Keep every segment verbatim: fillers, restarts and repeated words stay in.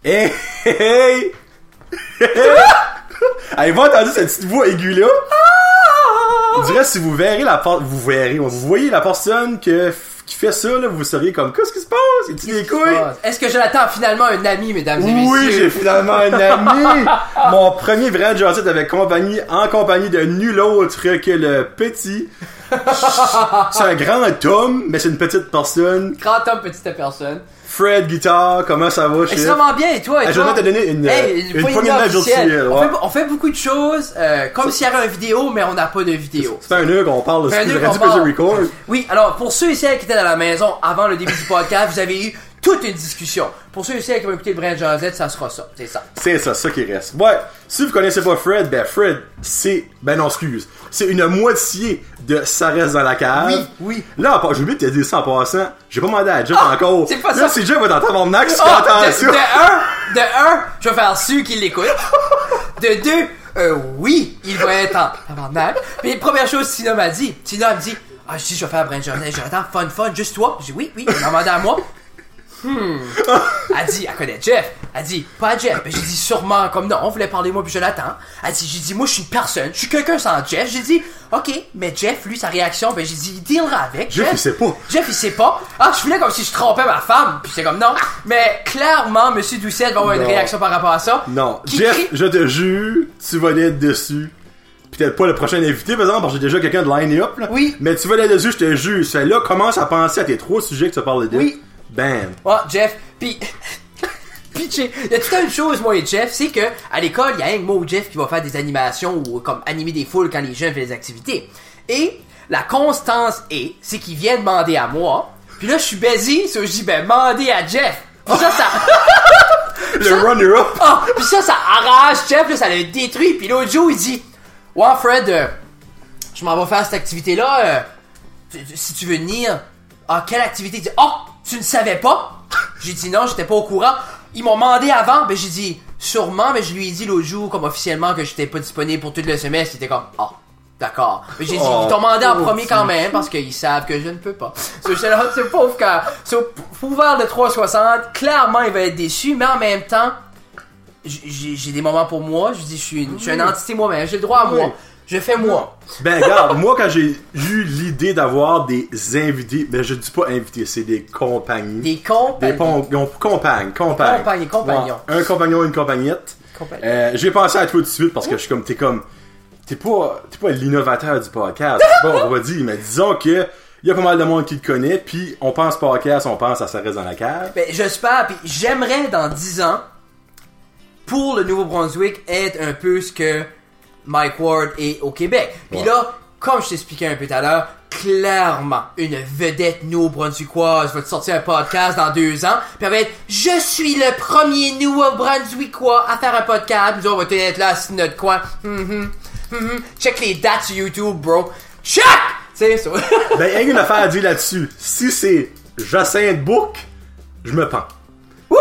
Hey! Hey! Avez-vous entendu cette petite voix aiguë-là? On dirait si vous verrez la porte, vous verrez, vous voyez la personne que, qui fait ça, là, vous seriez comme, qu'est-ce qui se passe? Est-ce des couilles? Est-ce que Jonathan a finalement un ami, mesdames et messieurs? Oui, j'ai finalement un ami! Mon premier vrai Josette avec compagnie, en compagnie de nul autre que le petit. C'est un grand homme, mais c'est une petite personne. Grand homme, petite personne. Fred Guitar, comment ça va, chef? Extrêmement bien, et toi? Et je vais te donner une, hey, une, une poignée de main virtuelle. On, ouais. on fait beaucoup de choses, euh, comme s'il y avait une vidéo, mais on n'a pas de vidéo. C'est un nœud qu'on parle de ce que j'aurais dû parle... record. Oui, alors, pour ceux et celles qui étaient dans la maison avant le début du podcast, vous avez eu toute une discussion. Pour ceux et celles qui vont écouter le Brand Josette, ça sera ça. C'est ça. C'est ça, ça qui reste. Ouais. Si vous connaissez pas Fred, ben Fred, c'est... Ben non, excuse. C'est une moitié de Ça reste dans la cave. Oui, oui. Là, j'ai oublié de te dire ça en passant. J'ai pas demandé à Jeff oh, encore. C'est pas là, ça. si Jeff va dans ton max, si oh, tu entends de, ça. De un, de un, je vais faire su qu'il l'écoute. De deux, euh, oui, il va être en tabarnak. Puis première chose, Tina m'a dit. Tina me dit, ah, je dis, je vais faire Brand Josette. J'attends, fun, fun, juste toi. J'ai dit, oui, oui, elle m'a demandé à moi. Hmm. Elle dit, elle connaît Jeff. Elle dit, pas Jeff. Ben, j'ai dit, sûrement, comme non, on voulait parler moi puis Jonathan. Elle dit, j'ai dit, moi, je suis une personne. Je suis quelqu'un sans Jeff. J'ai dit, ok, mais Jeff, lui, sa réaction, ben, j'ai dit, il dealera avec. Jeff, Jeff, il sait pas. Jeff, il sait pas. Ah, je voulais comme si je trompais ma femme. Puis c'est comme, non. Mais clairement, Monsieur Doucette va avoir non. une réaction par rapport à ça. Non. Qui Jeff, crie... je te jure, tu vas être dessus. Peut-être pas le prochain invité, par exemple, parce que j'ai déjà quelqu'un de line-up, là. Oui. Mais tu vas être dessus, je te jure. C'est là, commence à penser à tes trois sujets que tu parles de. Oui. Bam. Oh, Jeff, pis... pis, il y a toute une chose, moi et Jeff, c'est que à l'école, il y a un moi ou Jeff qui va faire des animations ou comme animer des foules quand les jeunes font des activités. Et la constance est, c'est qu'il vient demander à moi, puis là, je suis baisé, so je dis, ben, demandez à Jeff. Pis ça, ça... le ça... runner-up. Oh, pis ça, ça arrache Jeff, là, ça le détruit. Puis l'autre jour, il dit, ouais, Fred, euh, je m'en vais faire cette activité-là, euh, si tu veux venir. Ah, quelle activité? Il dit, oh, tu ne savais pas? J'ai dit non, j'étais pas au courant. Ils m'ont demandé avant, ben j'ai dit sûrement, mais je lui ai dit l'autre jour, comme officiellement, que j'étais pas disponible pour tout le semestre. Il était comme, ah, oh, d'accord. Mais j'ai dit, oh, ils t'ont demandé en oh, premier quand même, parce qu'ils savent que je ne peux pas. So, j'étais là, c'est pauvre cœur. So, pouvoir de trois cent soixante, clairement, il va être déçu, mais en même temps, j'ai, j'ai des moments pour moi. Je dis, je suis une, je suis une entité moi-même, j'ai le droit à moi. Oui. Je fais moi. Ben regarde, moi quand j'ai eu l'idée d'avoir des invités, ben je dis pas invités, c'est des compagnies. Des compagnies. Des pon- compagnes, compagnes. Compagnie, compagnons. Ouais, un compagnon, une compagnette. Euh, j'ai pensé à toi tout de suite parce que je suis comme, t'es comme, t'es pas, t'es pas l'innovateur du podcast. C'est pas, on va dire, mais disons que il y a pas mal de monde qui te connaît, puis on pense podcast, on pense à ça reste dans la cave. Ben j'espère, puis j'aimerais dans dix ans, pour le Nouveau-Brunswick, être un peu ce que Mike Ward est au Québec. Puis ouais. là, comme je t'expliquais un peu tout à l'heure, clairement, une vedette Nouveau-Brunswickoise va te sortir un podcast dans deux ans, puis elle va être « Je suis le premier Nouveau-Brunswickois à faire un podcast. » Nous on va être là, assis notre coin. Mm-hmm. Mm-hmm. Check les dates sur YouTube, bro. Check! C'est ça. Ben, il y a une affaire à dire là-dessus. Si c'est Jacinthe Bourque, je me pends. Ouf!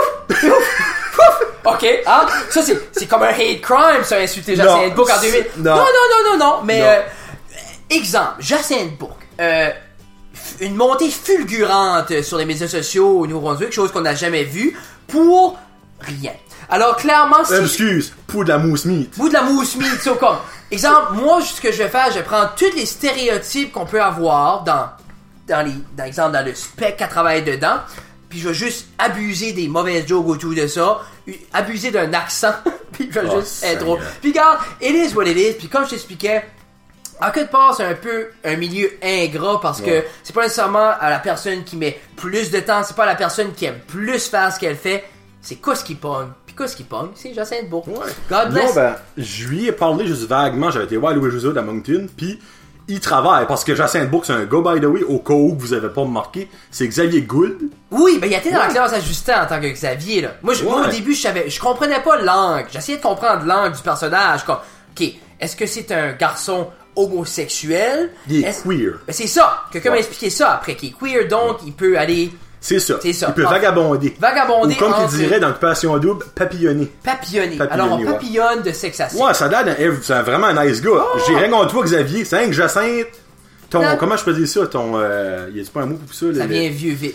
Ouf! Ok, hein? Ça, c'est, c'est comme un hate crime, ça, insulter Jacinthe Bourque en deux mille. Non. non, non, non, non, non. Mais, non. Euh, exemple, Jacinthe Bourque. Euh, une montée fulgurante sur les médias sociaux au Nouveau-Brunswick, chose qu'on n'a jamais vue, pour rien. Alors, clairement, si... Euh, excuse, pour de la mousse meat. Pour de la mousse meat, so comme... Exemple, moi, ce que je vais faire, je vais prendre tous les stéréotypes qu'on peut avoir dans, dans les, dans exemple, dans le spec qu'elle travaille dedans, puis je vais juste abuser des mauvaises jokes autour de ça, abuser d'un accent, puis je vais oh, juste être drôle. Puis regarde, it is what it is, puis comme je t'expliquais, en quelque part, c'est un peu un milieu ingrat parce ouais. que c'est pas nécessairement à la personne qui met plus de temps, c'est pas à la personne qui aime plus faire ce qu'elle fait, c'est quoi ce qui pogne. Puis quoi ce qui pogne, c'est Jacinthe Bourque. Ouais. God bless. Non, ben, je lui ai parlé juste vaguement, j'avais été voir Louis José à Moncton, puis il travaille, parce que Jacinthe Bourque, c'est un gars, by the way, au cas où vous avez pas remarqué, c'est Xavier Gould. Oui, ben il était dans ouais. la classe à Justin en tant que Xavier, là. Moi, je, ouais. moi au début, je savais, je comprenais pas l'angle. J'essayais de comprendre l'angle du personnage, comme, ok, est-ce que c'est un garçon homosexuel? Il est est-ce... queer. Ben c'est ça, quelqu'un ouais. m'a expliqué ça après, qu'il est queer, donc ouais. il peut aller... C'est ça. C'est ça. Il peut vagabonder. Vagabonder. Ou comme entre... il dirait dans Occupation Double, papillonner. Papillonner. Alors, on papillonne ouais. de sexe à sexe. Ouais, ça a l'air d'un... C'est vraiment un nice gars. Oh! J'ai rien contre toi, Xavier. C'est un que Jacinthe... Ton... Non. Comment je peux dire ça? Ton... Euh... Y a-tu pas un mot pour ça? Ça le... vient vieux vite.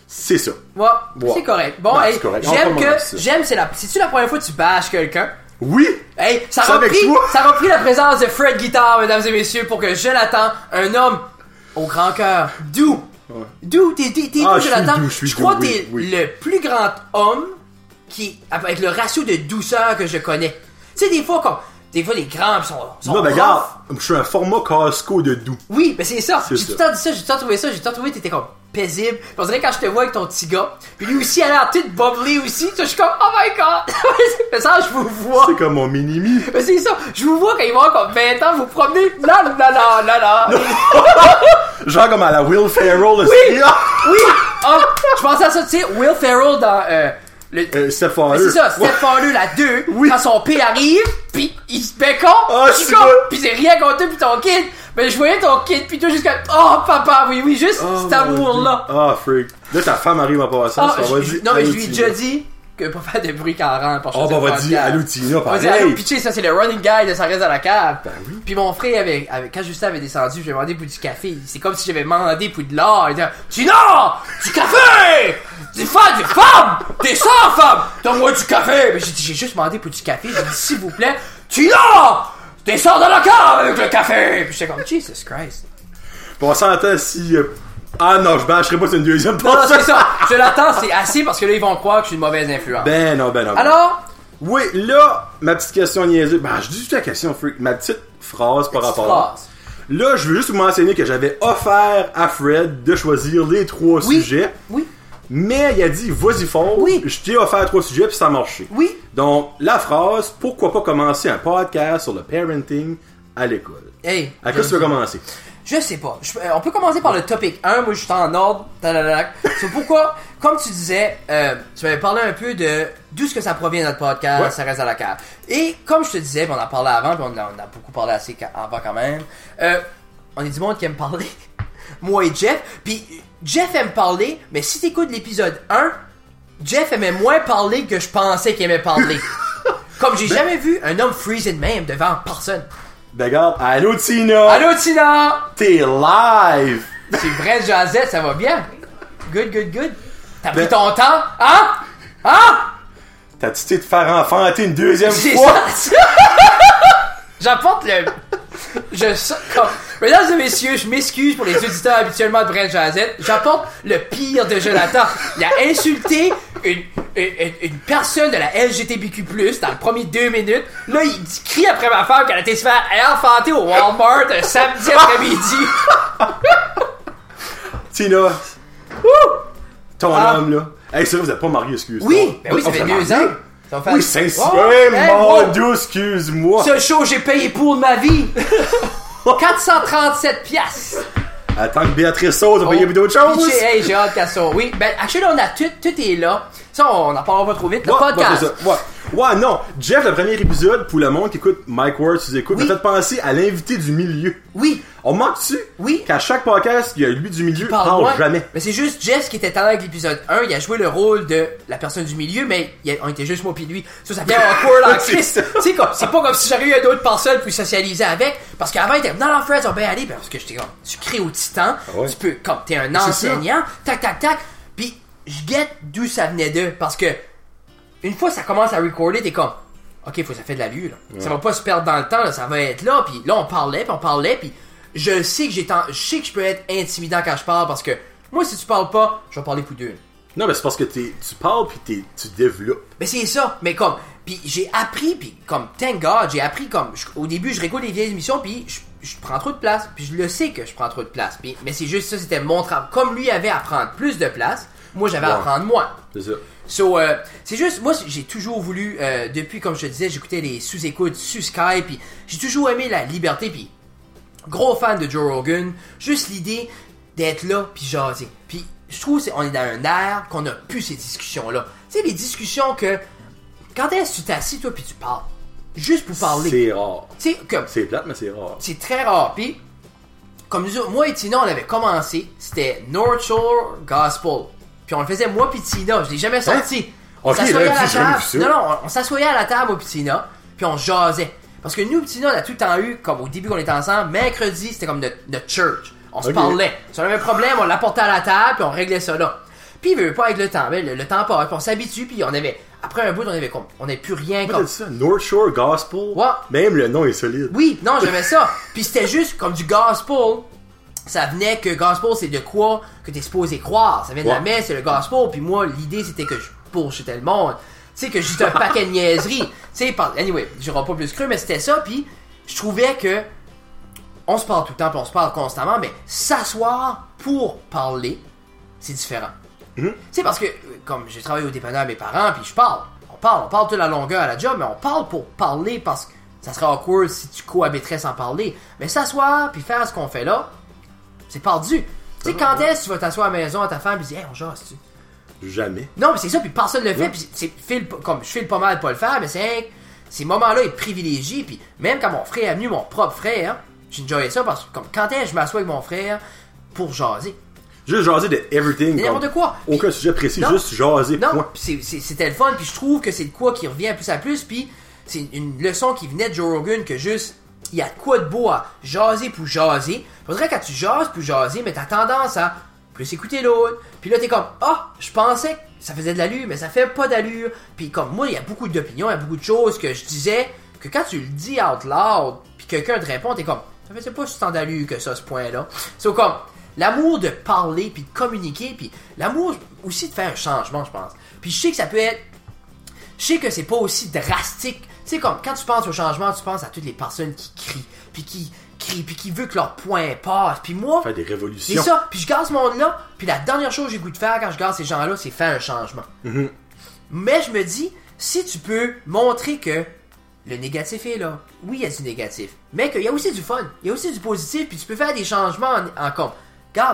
C'est ça. Ouais, ouais. C'est correct. Bon, ben, hey, c'est correct. j'aime que, j'aime, c'est la, c'est-tu la première fois que tu bâches quelqu'un? Oui! Hey, ça a repris, ça a repris la présence de Fred Guitar, mesdames et messieurs, pour que Jonathan, un homme au grand cœur, doux, ouais. doux, t'es, t'es, t'es ah, doux, Jonathan. Doux, je, je crois doux, que t'es oui, oui. le plus grand homme qui, avec le ratio de douceur que je connais. Tu sais, des fois, comme, des fois, les grands sont, sont non, mais regarde, je suis un format Costco de doux. Oui, mais c'est ça. C'est j'ai ça. tout le temps dit ça, j'ai tout le temps trouvé ça, j'ai tout le temps trouvé que t'étais comme paisible. Puis on dirait quand je te vois avec ton petit gars, puis lui aussi, il a l'air tout bubbly aussi, je suis comme, oh my god! Mais ça, je vous vois. C'est comme mon mini-mi. Mais c'est ça, je vous vois quand il va avoir comme vingt ans, vous promenez, là, là, là, là, là. Genre comme à la Will Ferrell, le oui, oui, oh, je pensais à ça, tu sais, Will Ferrell dans, euh, le... Euh, Stepfather. C'est ça, Stepfather, la deux, oui. Quand son P arrive, pis il se bécon, oh, pis pis c'est rien contre toi pis ton kid. Mais je voyais ton kid pis toi jusqu'à, oh papa, oui, oui, juste oh, cet amour-là. Ah, oh, freak. Là, ta femme arrive à passer, oh, ça va dire. Non, mais je lui ai déjà dit que pas faire de bruit quand elle rentre. Oh, bah, on va dire, allô, Tina, pareil. On va dire, allô, pitché, ça, c'est le running guy de Ça reste à la cave. Ben oui. Pis mon frère, avait, avait, quand Justin avait descendu, j'ai demandé pour du café. C'est comme si j'avais demandé pour de l'or. Il disait, Tina, du café! T'es femme, t'es femme! T'es sans femme! Donne-moi du café! Mais j'ai dit, j'ai juste demandé pour du café. J'ai dit, s'il vous plaît, Tina! T'es sors dans la cave avec le café! Pis j'étais comme, Jesus Christ. Bon, on s'entend si. Euh... Ah non, je bâcherai pas sur une deuxième personne. Non, non, c'est ça. Je l'attends, c'est assez parce que là, ils vont croire que je suis une mauvaise influence. Ben non, ben non. Ben. Alors? Oui, là, ma petite question niaiseuse. Ben, je dis juste la question, freak. Ma petite phrase par rapport phrase. à. Là, je veux juste vous mentionner que j'avais offert à Fred de choisir les trois oui. sujets. Oui. Mais il a dit, vas-y fort. Oui. Je t'ai offert trois sujets, puis ça a marché. Oui. Donc, la phrase, pourquoi pas commencer un podcast sur le parenting à l'école? Hey. À quoi tu veux commencer? Je sais pas. Je, euh, on peut commencer par le topic un. Moi, je suis en ordre. C'est pourquoi, comme tu disais, euh, tu m'avais parlé un peu de d'où ce que ça provient notre podcast, ouais. Ça reste à la cave. Et comme je te disais, on en parlait avant, puis on, on a beaucoup parlé assez avant quand même. Euh, on est du monde qui aime parler. Moi et Jeff. Puis Jeff aime parler, mais si t'écoutes l'épisode un, Jeff aimait moins parler que je pensais qu'il aimait parler. Comme j'ai ben... jamais vu un homme freezing même devant personne. Ben regarde, allô Tina! Allô Tina! T'es live! C'est vrai, Jazette, ça va bien? Good, good, good. T'as ben... pris ton temps? Hein? Hein? T'as-tu été te faire enfanter une deuxième c'est fois? C'est ça! J'apporte le... Je sais... Comme... Mesdames et messieurs, je m'excuse pour les auditeurs habituellement de Brent Jazette. J'apporte le pire de Jonathan. Il a insulté une, une, une personne de la L G B T Q plus, dans les premiers deux minutes. Là, il dit, crie après ma femme qu'elle a été se faire enfanter au Walmart un samedi après-midi. Tina, Woo! Ton ah. homme, là. Hey, c'est vrai, vous êtes pas mariés, excuse-moi. Oui, ben oui, ça fait deux ans. Ça fait... Oui, c'est ça. Oh, hey, mon wow. Dieu, excuse-moi. Ce show, j'ai payé pour de ma vie. quatre cent trente-sept piastres. Attends que Béatrice saute, on va oh, payer d'autres choses. Pitché, hey, j'ai hâte qu'elle saute. Oui, ben, actually, on a tout, tout est là. Ça, on en parlera pas trop vite. Le ouais, podcast. Ouais, ouais. ouais, non. Jeff, le premier épisode, pour le monde qui écoute Mike Ward, tu écoutes, oui. m'a fait penser à l'invité du milieu. Oui. On manque-tu? Oui. Qu'à chaque podcast, il y a lui du milieu, parle, parle ouais. jamais. Mais c'est juste Jeff qui était talent avec l'épisode un. Il a joué le rôle de la personne du milieu, mais il a, on était juste moi pis lui. Ça, ça vient awkward en Christ. C'est comme, c'est pas comme si j'aurais eu un autre personne pour socialiser avec. Parce qu'avant, il était, non, non, Fred, on va bien aller. Parce que j'étais comme, tu crées au titan. Ah ouais. Tu peux, comme, t'es un enseignant. Tac, tac, tac. Pis, je guette d'où ça venait d'eux. Parce que, une fois ça commence à recorder, t'es comme, ok, faut que ça fait de l'allure, là. Ouais. Ça va pas se perdre dans le temps, là, ça va être là. Puis là, on parlait, puis on parlait, puis je sais que j'ai tant... je sais que je peux être intimidant quand je parle parce que moi, si tu parles pas, je vais parler pour deux. Non, mais c'est parce que t'es, tu parles puis t'es, tu développes. Mais c'est ça, mais comme, puis j'ai appris, puis comme, thank God, j'ai appris comme, je, au début, je réécoute les vieilles émissions, puis je, je prends trop de place, puis je le sais que je prends trop de place, puis, mais c'est juste ça, c'était mon travail. Comme lui avait à prendre plus de place, moi, j'avais ouais. à prendre moins. C'est ça. So, euh, c'est juste, moi, j'ai toujours voulu, euh, depuis, comme je te disais, j'écoutais les sous-écoutes sur Skype, puis j'ai toujours aimé la liberté, puis gros fan de Joe Rogan, juste l'idée d'être là, puis jaser. Puis je trouve qu'on est dans un air qu'on a plus ces discussions-là. Tu sais, les discussions que, quand est-ce que tu t'assis, toi, puis tu parles? Juste pour parler. C'est rare. Tu sais, comme... C'est plate, mais c'est rare. C'est très rare, puis comme nous, moi et Tina, on avait commencé, c'était North Shore Gospel. Puis on le faisait moi pis Tina, je l'ai jamais sorti. Hein? On okay, s'assoyait là, à la table. Non, non, on, on s'assoyait à la table moi pis Tina, puis on jasait. Parce que nous pis Tina, on a tout le temps eu, comme au début qu'on était ensemble, mercredi, c'était comme notre, notre church. On okay. se parlait. Si on avait un problème, on l'apportait à la table, puis on réglait ça là. Puis il veut pas avec le temps, ben, le, le temps passe, puis on s'habitue, puis on avait, après un bout, on avait comme, on avait plus rien Moi, comme... t'as dit ça, North Shore Gospel? Ouais. Même le nom est solide. Oui, non, j'aimais ça. Puis c'était juste comme du gospel. Ça venait que gospel, c'est de quoi que t'es supposé croire. Ça vient de ouais. la messe, c'est le gospel. Puis moi, l'idée, c'était que je bullshitais le monde. Tu sais, que j'étais un paquet de niaiseries. Tu sais, par... anyway, j'aurais pas plus cru, mais c'était ça. Puis je trouvais que on se parle tout le temps, puis on se parle constamment, mais s'asseoir pour parler, c'est différent. Mm-hmm. Tu sais, parce que, comme j'ai travaillé au dépanneur à mes parents, puis je parle. On parle, on parle toute la longueur à la job, mais on parle pour parler parce que ça serait awkward si tu cohabiterais sans parler. Mais s'asseoir, puis faire ce qu'on fait là, c'est perdu. Tu sais, quand est-ce que tu vas t'asseoir à la maison à ta femme et dire, hey, on jase-tu? Jamais. Non, mais c'est ça, puis personne le fait, ouais. puis c'est file, comme je file pas mal de pas le faire, mais c'est ces moments-là est privilégié, puis même quand mon frère est venu, mon propre frère, j'ai enjoyé ça parce que comme quand est-ce que je m'assois avec mon frère pour jaser. Juste jaser de everything. C'est n'importe quoi. Aucun puis, sujet précis, non, juste jaser. Non, point. c'est, c'est, c'était le fun, puis je trouve que c'est de quoi qui revient plus à plus, puis c'est une leçon qui venait de Joe Rogan que juste, il y a de quoi de beau à jaser pour jaser. Faudrait quand tu jases pour jaser, mais t'as tendance à plus écouter l'autre. Puis là, t'es comme, ah, oh, je pensais que ça faisait de l'allure, mais ça fait pas d'allure. Puis comme moi, il y a beaucoup d'opinions, il y a beaucoup de choses que je disais, que quand tu le dis out loud, puis quelqu'un te répond, t'es comme, ça faisait pas tant d'allure que ça, ce point-là. C'est comme, l'amour de parler, puis de communiquer, puis l'amour aussi de faire un changement, je pense. Puis je sais que ça peut être, je sais que c'est pas aussi drastique. Tu sais, comme, quand tu penses au changement, tu penses à toutes les personnes qui crient, puis qui crient, puis qui veulent que leur point passe. Puis moi, faire des révolutions. c'est ça. Puis je garde ce monde-là, puis la dernière chose que j'ai goût de faire quand je garde ces gens-là, c'est faire un changement. Mm-hmm. Mais je me dis, si tu peux montrer que le négatif est là, oui, il y a du négatif, mais qu'il y a aussi du fun, il y a aussi du positif, puis tu peux faire des changements en, en compte. Regarde,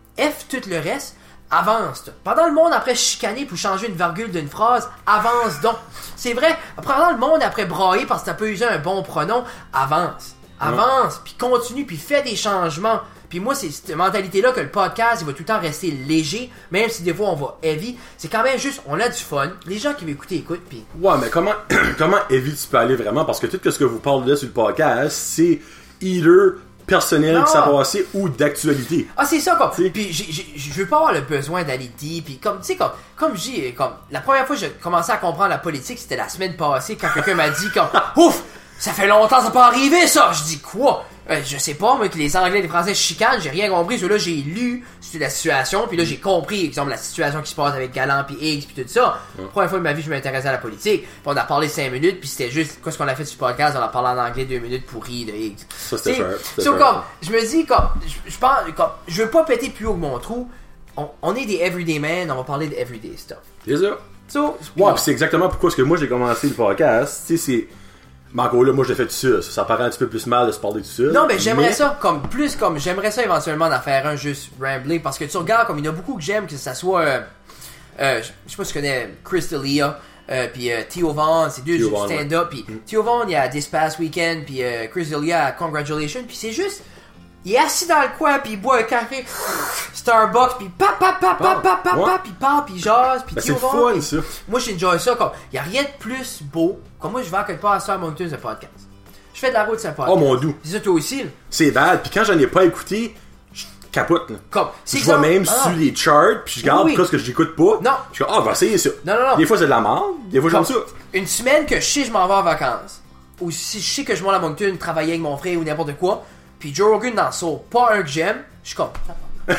F tout le reste, avance. Pendant le monde après chicaner pour changer une virgule d'une phrase, avance donc. C'est vrai, pendant le monde après brailler parce que t'as pas usé un bon pronom, avance. Avance, puis continue, puis fais des changements. Puis moi, c'est cette mentalité-là que le podcast, il va tout le temps rester léger, même si des fois on va heavy. C'est quand même juste, on a du fun. Les gens qui veulent écouter, écoutent, puis... Ouais, mais comment, comment heavy tu peux aller vraiment? Parce que tout ce que vous parlez là sur le podcast, c'est either personnel non. qui s'est passé ou d'actualité. Ah, c'est ça, comme. T'sais. Puis je veux pas avoir le besoin d'aller deep. Puis comme, tu sais, comme, comme je dis, comme, la première fois que j'ai commencé à comprendre la politique, c'était la semaine passée quand quelqu'un m'a dit, comme, ouf, ça fait longtemps que ça peut arriver, ça. Je dis, quoi? Euh, je sais pas, moi, que les Anglais et les Français chicanent, j'ai rien compris. Là, j'ai lu sur la situation, puis là, j'ai compris, exemple, la situation qui se passe avec Galant, puis Higgs, puis tout ça. Mm. La première fois de ma vie, je m'intéressais à la politique. Puis on a parlé cinq minutes, puis c'était juste, quoi ce qu'on a fait sur le podcast, on a parlé en anglais deux minutes pour rire de Higgs. Ça, c'était cher. So, comme, je me dis, comme, je, je pense, comme, je veux pas péter plus haut que mon trou. On, on est des everyday men, on va parler de everyday stuff. C'est ça. So, ouais, puis c'est exactement pourquoi que moi j'ai commencé le podcast. Tu sais, c'est. Mais encore là, moi je l'ai fait tout seul. Ça, ça paraît un petit peu plus mal de se parler tout seul. Non, mais j'aimerais mais... ça comme plus comme j'aimerais ça éventuellement d'en faire un juste rambling parce que tu regardes comme il y en a beaucoup que j'aime que ça soit euh, euh, je sais pas si tu connais Chris D'Elia euh, puis euh, Theo Vaughn, c'est deux stand-up puis mm. Theo Vaughn il y a This Past Weekend puis euh, Chris D'Elia à Congratulations puis c'est juste il est assis dans le coin puis il boit un café Starbucks puis pap pap pap pap pap pap pap puis parle puis jase puis ben, Theo c'est Vaughn fun ça. Moi j'enjoy ça comme il y a rien de plus beau comme moi je vais à quelque part à Star Mountain ce podcast. Je fais de la route sur un podcast. Oh mon doux. C'est ça toi aussi. Là. C'est bad. Puis quand j'en ai pas écouté, je capote. Là. Comme, je vois même ah. sur les charts, puis je garde oui, oui. ce que j'écoute pas. Non. Je dis, ah, oh, va essayer ça. Non, non, non. Des fois c'est de la merde, des fois j'aime ça. Une semaine que je sais que je m'en vais en vacances, ou si je sais que je m'en vais à Moncton travailler avec mon frère ou n'importe quoi, puis Joe Rogan n'en sort pas un que j'aime, je suis comme. Là,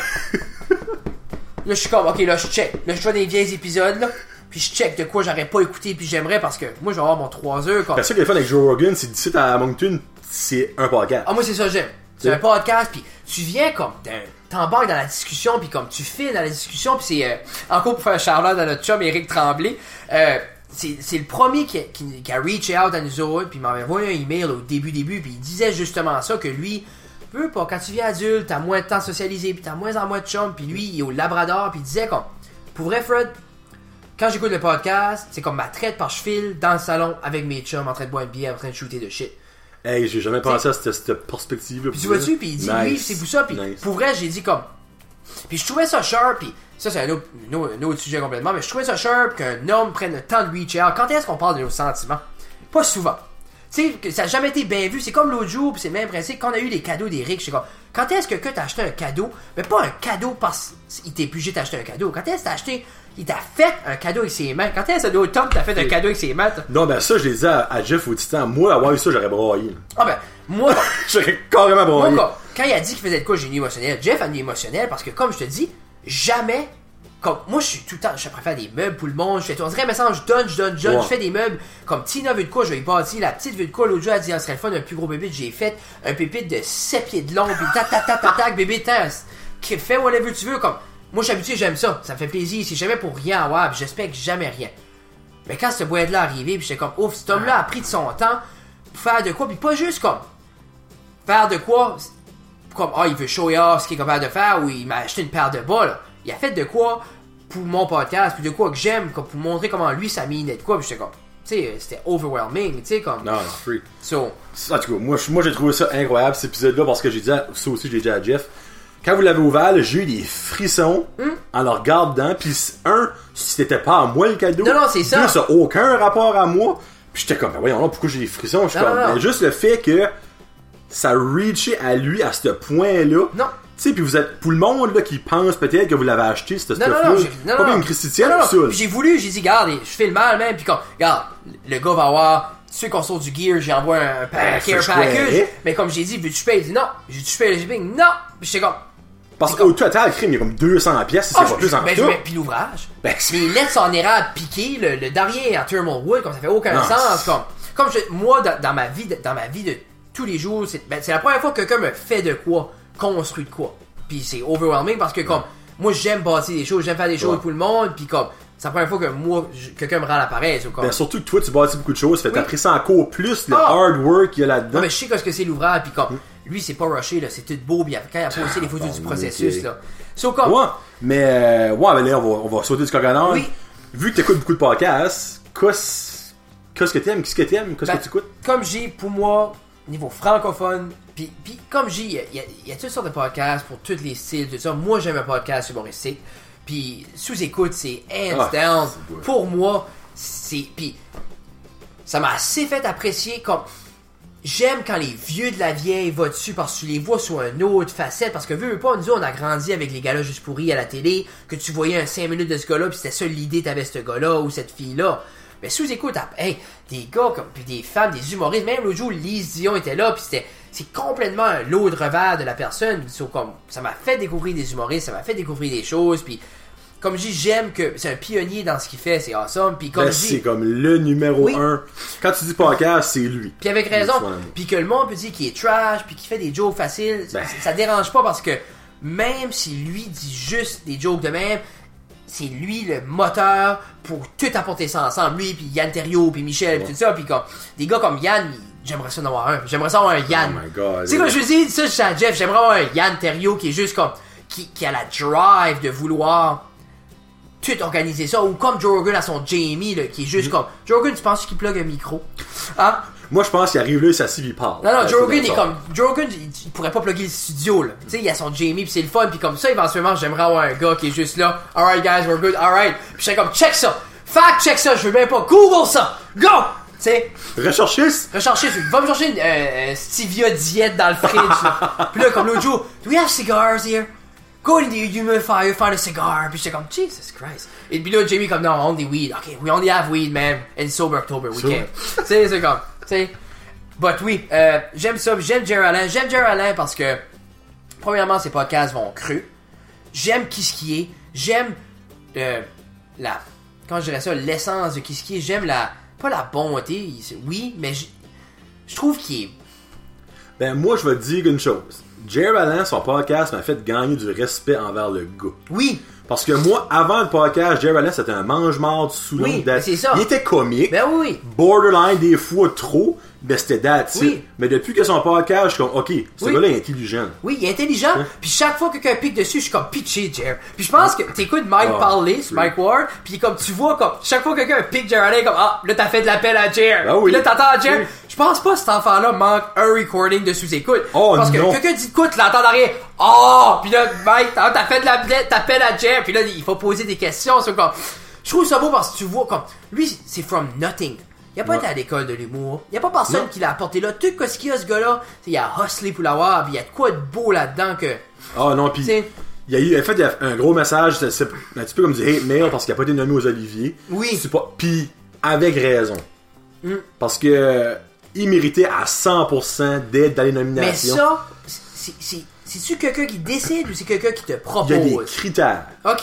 je suis comme, ok, là, je check. Là, je fais des vieilles épisodes, là. Puis je check de quoi j'aurais pas écouté puis j'aimerais parce que moi je vais avoir mon trois heures comme... Parce que le fun avec Joe Rogan, c'est d'ici à Moncton, c'est un podcast. Ah moi c'est ça que j'aime. C'est, c'est un podcast puis tu viens comme t'embarques dans la discussion puis comme tu files dans la discussion puis c'est euh, encore pour faire un shout-out à notre chum Éric Tremblay. Euh, c'est, c'est le premier qui a, qui, qui a reach out à nous autres puis il m'avait envoyé un email au début début puis il disait justement ça que lui peu pas quand tu viens adulte t'as moins de temps socialisé puis t'as moins en moins de chum puis lui il est au Labrador puis il disait comme pour vrai Fred quand j'écoute le podcast, c'est comme ma traite par cheville dans le salon avec mes chums en train de boire une bière, en train de shooter de shit. Hey, j'ai jamais pensé à cette, cette perspective-là. Puis tu vois-tu, puis il dit, nice. Oui, c'est pour ça, puis nice. Pour vrai, j'ai dit comme... Puis je trouvais ça sharp, puis ça c'est un autre, un, autre, un autre sujet complètement, mais je trouvais ça sharp qu'un homme prenne le temps de reach out. Quand est-ce qu'on parle de nos sentiments? Pas souvent. Tu sais, que ça n'a jamais été bien vu, c'est comme l'autre jour, puis c'est le même principe, quand on a eu les cadeaux d'Éric, je sais comme... Quand est-ce que, que t'as acheté un cadeau? Mais pas un cadeau parce qu'il t'est obligé d'acheter un cadeau. Quand est-ce que t'as acheté... Il t'a fait un cadeau avec ses mains. Quand est-ce que Tom t'a fait un cadeau avec ses mains? T'as... Non, ben ça, je l'ai dit à, à Jeff au Titan. Moi, avoir eu ça, j'aurais braillé. Ah ben, moi... j'aurais carrément braillé. Moi, quand, quand il a dit qu'il faisait de quoi génie émotionnel, Jeff a un émotionnel parce que, comme je te dis, jamais... Comme, moi, je suis tout le temps... Je préfère des meubles pour le monde. Je fais tout. On dirait, mais ça, je donne, je donne, je donne. Ouais. Je fais des meubles. Comme Tina veut de quoi, je vais y bâtir. La petite veut de quoi, l'autre jour, elle dit, ah, ce serait le fun, un plus gros bébé. J'ai fait un pépite de sept pieds de long. Puis tac, tac, tac, tac, tac, bébé, tac. Fais whatever tu veux, comme... Moi, je suis habitué, j'aime ça. Ça me fait plaisir. C'est jamais pour rien avoir, puis j'espère que jamais rien. Mais quand cette boîte-là est arrivée, puis j'étais comme, ouf, cet homme-là a pris de son temps pour faire de quoi, puis pas juste comme faire de quoi, comme, ah, oh, il veut show off ce qu'il est capable de faire, ou il m'a acheté une paire de bas, là. Il a fait de quoi pour mon podcast, puis de quoi que j'aime, comme pour montrer comment lui, ça mine de quoi, puis j'étais comme, tu sais, c'était overwhelming, tu sais, comme. Non, c'est free. So. En tout cas, moi, moi j'ai trouvé ça incroyable, cet épisode-là, parce que j'ai dit, à, ça aussi, j'ai dit à Jeff. Quand vous l'avez ouvert, j'ai eu des frissons mm. en le regardant. Puis un, c'était pas à moi le cadeau. Non, non, c'est ça. Deux, ça n'a aucun rapport à moi. Puis j'étais comme, ben voyons là, pourquoi j'ai des frissons? Je suis comme, non. Mais juste le fait que ça reachait à lui à ce point-là. Non. Tu sais, puis vous êtes, pour le monde là, qui pense peut-être que vous l'avez acheté, cette stuff-là. Non, non, non, pas bien une christitienne, ça. Puis j'ai voulu, j'ai dit, regarde, je fais le mal même. Puis comme, regarde, le gars va avoir. Tu sais qu'on sort du gear, j'ai envoyé un, pa- care package. Mais comme j'ai dit, veux-tu je paye? Il dit non. J'ai dit, tu payes le shipping? Non. Puis j'étais comme. Parce qu'au total, le crime, il y a comme deux cents pièces, si oh, c'est pas plus en ben, tout. Puis l'ouvrage. Ben, les lettres en érable piquées, le, le derrière en thermal wood, comme ça fait aucun non, sens. Comme, comme je, moi, dans, dans, ma vie, dans ma vie de tous les jours, c'est, ben, c'est la première fois que quelqu'un me fait de quoi, construit de quoi. Puis c'est overwhelming parce que, comme, moi, j'aime bâtir des choses, j'aime faire des choses ouais. pour le monde, puis comme, c'est la première fois que moi, je, quelqu'un me rend l'appareil. Comme... Ben, surtout que toi, tu bâtis beaucoup de choses, fait oui. t'as pris ça encore plus, le oh. hard work qu'il y a là-dedans. Non, mais je sais ce que c'est l'ouvrage, puis comme, mm. lui, c'est pas rushé, là, c'est tout beau, bien quand il a posé les photos bon, du processus, okay. là. So, comme... Ouais, mais, euh, ouais, mais là, on va, on va sauter du coq à l'âne. Oui. Vu que t'écoutes beaucoup de podcasts, qu'est-ce, qu'est-ce que t'aimes, qu'est-ce que t'aimes, qu'est-ce ben, que tu écoutes? Comme j'ai, pour moi, niveau francophone, puis, puis comme j'ai, il y, y, y a toutes sortes de podcasts pour tous les styles, tout ça. Moi, j'aime un podcast humoristique. Puis sous-écoute, c'est hands ah, down. C'est pour moi, c'est... Puis ça m'a assez fait apprécier comme... J'aime quand les vieux de la vieille vont dessus parce que tu les vois sur une autre facette. Parce que veux, veux pas, nous on a grandi avec les gars-là juste pourris à la télé, que tu voyais un cinq minutes de ce gars-là, puis c'était ça l'idée t'avais ce gars-là ou cette fille-là. Mais sous-écoute, hey, des gars, comme, puis des femmes, des humoristes, même l'autre jour, Lise Dion était là, puis c'était... C'est complètement un lot de revers de la personne. So, comme, ça m'a fait découvrir des humoristes, ça m'a fait découvrir des choses, puis... Comme je dis, j'aime que c'est un pionnier dans ce qu'il fait, c'est awesome. Puis comme ben, je dis, c'est comme le numéro oui. un. Quand tu dis podcast, c'est lui. Puis avec raison. Puis que le monde peut dire qu'il est trash, puis qu'il fait des jokes faciles, ben. ça, ça dérange pas parce que même si lui dit juste des jokes de même, c'est lui le moteur pour tout apporter ça ensemble. Lui, puis Yann Terriot, puis Michel, ouais. puis tout ça. Puis comme des gars comme Yann, j'aimerais ça en avoir un. J'aimerais ça avoir un Yann. Oh my God. Tu sais, quand je dis ça, je suis à Jeff, j'aimerais avoir un Yann Terriot qui est juste comme, qui, qui a la drive de vouloir tout organiser ça, ou comme Joe Rogan à son Jamie, là, qui est juste mm-hmm. comme... Joe Rogan, tu penses qu'il plug un micro? Hein? Moi, je pense qu'il arrive là, il s'assied, il parle. Non, non, Joe Rogan est comme... Joe Rogan, il, il pourrait pas plugger le studio, là. Tu sais, il a son Jamie, pis c'est le fun, pis comme ça, éventuellement, j'aimerais avoir un gars qui est juste là. Alright, guys, we're good, alright. Pis j'étais comme, check ça! Fact check ça, je veux même pas. Google ça! Go! Tu sais... Recherchiste! Recherchiste. Va me chercher une euh, Stevia diète dans le fridge, là. Pis là, comme l'autre jour, do we have cigars here? Go in the humidifier, find a cigar. Puis j'étais comme, Jesus Christ. Et puis là, Jamie comme, no, only weed. Okay, we only have weed, man. And sober October, we can't. Tu sais, c'est comme, tu sais. But oui, euh, j'aime ça. J'aime Jerry Allen. J'aime Jerry Allen parce que, premièrement, ses podcasts vont cru. J'aime qui ce qui est. J'aime euh, la, comment je dirais ça, l'essence de qui ce qui est. J'aime la, pas la bonté, oui, mais je trouve qu'il est... Ben, moi, je vais te dire une chose. Jerry Allen, son podcast m'a fait gagner du respect envers le gars. Oui. Parce que moi, avant le podcast, Jerry Allen, c'était un mange-marde sous oui, c'est ça. Il était comique. Ben oui. Borderline, des fois trop. Ben c'était that's it. Oui. Mais depuis que son podcast, je suis comme, ok, ce oui. gars-là est intelligent. Oui, il est intelligent. Hein? Puis chaque fois que quelqu'un pique dessus, je suis comme pitché, Jerry. Puis je pense que t'écoutes Mike oh, parler sur Mike Ward. Puis comme tu vois, comme chaque fois que quelqu'un pique Jerry Allen, comme, ah, là t'as fait de l'appel à Jerry. Ben oui. Puis là t'entends Jerry. Oui. Je pense pas que cet enfant-là manque un recording de sous-écoute. Oh, parce non. que quelqu'un dit écoute, l'entend derrière. Oh! Puis là, Mike, t'as, t'as fait de la t'appelles à Jerry. Puis là, il faut poser des questions. C'est comme, je trouve ça beau parce que tu vois, comme, lui, c'est from nothing. Il a pas ouais. été à l'école de l'humour. Il y a pas personne non. qui l'a apporté là. Tout ce qu'il y a, ce gars-là, il a hustlé pour l'avoir, puis il y a de quoi de beau là-dedans que... Ah non, pis... Il a eu, en fait, il a un gros message, c'est, c'est un petit peu comme du hate mail parce qu'il a pas été nommé aux Oliviers. Oui. C'est pas, pis avec raison. Mm. Parce que il méritait à cent pour cent d'être dans les nominations. Mais ça, c'est, c'est, c'est-tu quelqu'un qui décide ou c'est quelqu'un qui te propose? Il y a des critères. Ok.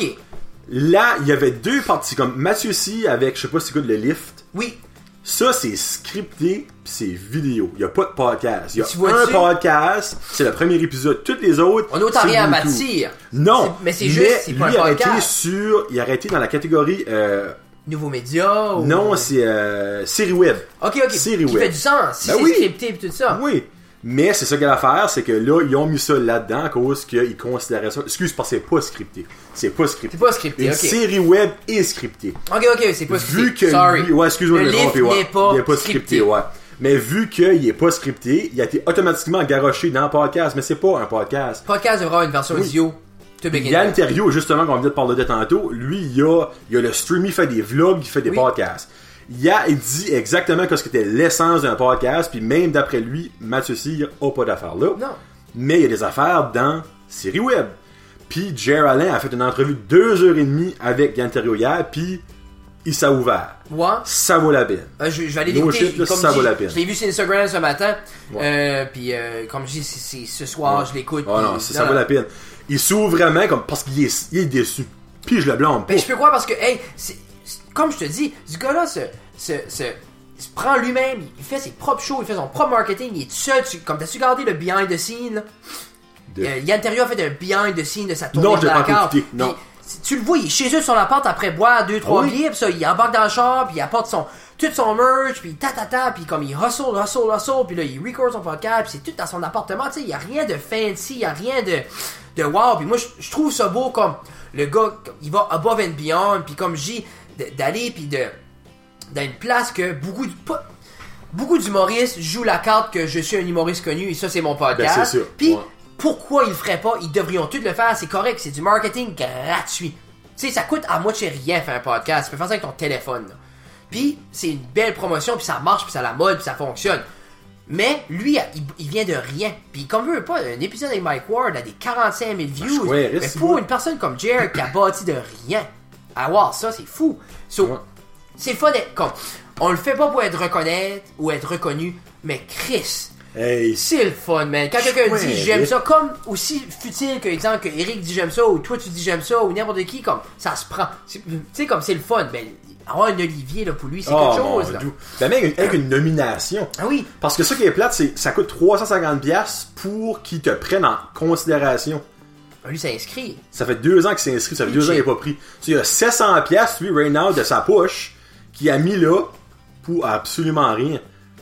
Là, il y avait deux parties, comme Mathieu C avec, je sais pas si c'est quoi, le lift. Oui. Ça, c'est scripté, pis c'est vidéo. Il y a pas de podcast. Il y a Tu vois un dessus? podcast, c'est le premier épisode. Tous les autres, On n'a autant c'est rien à YouTube. bâtir. Non. C'est- mais c'est juste, c'est lui, pas un il a été podcast. sur, il a été dans la catégorie, euh, Nouveaux médias ou... non, c'est, euh, série web. Ok, ok. série Qui web. fait du sens. Si Ben c'est oui. scripté et tout ça. Oui. Mais c'est ça qu'il y a à faire, c'est que là, ils ont mis ça là-dedans à cause qu'ils considéraient ça. Excuse, parce que c'est pas scripté. C'est pas scripté. C'est pas scripté, Une ok. série web est scriptée. Ok, ok, c'est pas scripté. Vu que Sorry. lui, ouais, excuse-moi, Le je me livre trompe, ouais. n'est pas il est pas scripté. scripté, ouais. Mais vu qu'il est pas scripté, il a été automatiquement garoché dans le podcast, mais c'est pas un podcast. Podcast devrait avoir une version Oui. audio. To begin Yann with. Terriot, justement, qu'on vient de parler de tantôt, lui, il a, il a le stream, il fait des vlogs, il fait des Oui. podcasts. Il a il dit exactement ce que était l'essence d'un podcast, puis même d'après lui, Mathieu Cyr a pas d'affaires là. Non. Mais il y a des affaires dans série web. Puis Jer Alain a fait une entrevue de deux heures et demie avec Yann Terriot hier, puis il s'est ouvert. Ouais. Ça vaut la peine. Euh, je, je vais aller No l'écouter. shit, là, Comme ça dit, vaut la peine. Je l'ai vu sur Instagram ce matin. Ouais. Euh, puis euh, comme je dis, c'est, c'est ce soir, Ouais. je l'écoute. Oh puis- non, c'est- ça vaut la peine. Il s'ouvre vraiment comme parce qu'il est, il est déçu. Puis je le blâme pas. Ben, je peux croire parce que, hey, c'est, c'est- comme je te dis, ce gars-là se, se, se, se prend lui-même, il fait ses propres shows, il fait son propre marketing, il est tout seul. Tu, comme t'as-tu regardé le behind the scene, là? De- Euh, Yann Terriot a fait un behind the scene de sa tournée Non, de je l'ai pas Blackout. écouté, non. Puis, si tu le vois, il est chez eux sur l'appart après boire deux, trois Ah oui? bières, pis ça, il embarque dans le char, puis il apporte son, tout son merch, puis ta ta ta, puis comme il hustle, hustle, hustle, puis là, il record son podcast, puis c'est tout dans son appartement, tu sais, il y a rien de fancy, il y a rien de, de wow, puis moi, je- je trouve ça beau comme le gars, il va above and beyond, puis comme je dis, de- d'aller, puis de, dans une place que beaucoup de, pas- beaucoup d'humoristes jouent la carte que je suis un humoriste connu, et ça, c'est mon podcast. Ben, c'est sûr, Puis, ouais. pourquoi ils le feraient pas? Ils devrions tous le faire, c'est correct, c'est du marketing gratuit. Tu sais, ça coûte à moitié rien faire un podcast, tu peux faire ça avec ton téléphone. Là. Puis, c'est une belle promotion, puis ça marche, puis ça la mode, puis ça fonctionne. Mais, lui, il, il vient de rien. Puis, comme veut pas, un épisode avec Mike Ward a des quarante-cinq mille views. Ben, ouais, mais reste pour moi. une personne comme Jared qui a bâti de rien, avoir ça, c'est fou. So, Ouais. c'est le fun d'être comme... On le fait pas pour être reconnaître ou être reconnu, mais Chris... Hey, C'est le fun, man. Quand quelqu'un Ouais, dit j'aime mais- ça, comme aussi futile que, exemple, que Eric dit j'aime ça, ou toi tu dis j'aime ça, ou n'importe qui, comme ça se prend. C'est- Tu sais, comme c'est le fun. Ben, avoir un Olivier, là, pour lui, c'est oh, quelque mon chose, là. Dieu. Ben, même avec une nomination. Ah oui. Parce que ça qui est plate, c'est ça coûte trois cent cinquante dollars pour qu'ils te prennent en considération. Ben, lui, ça inscrit. Ça fait deux ans qu'il s'est inscrit, ça fait Oui, deux ans qu'il j'ai- n'est pas pris. Tu sais, il y a sept cents dollars, lui, right now, de sa poche, qu'il a mis là pour absolument rien.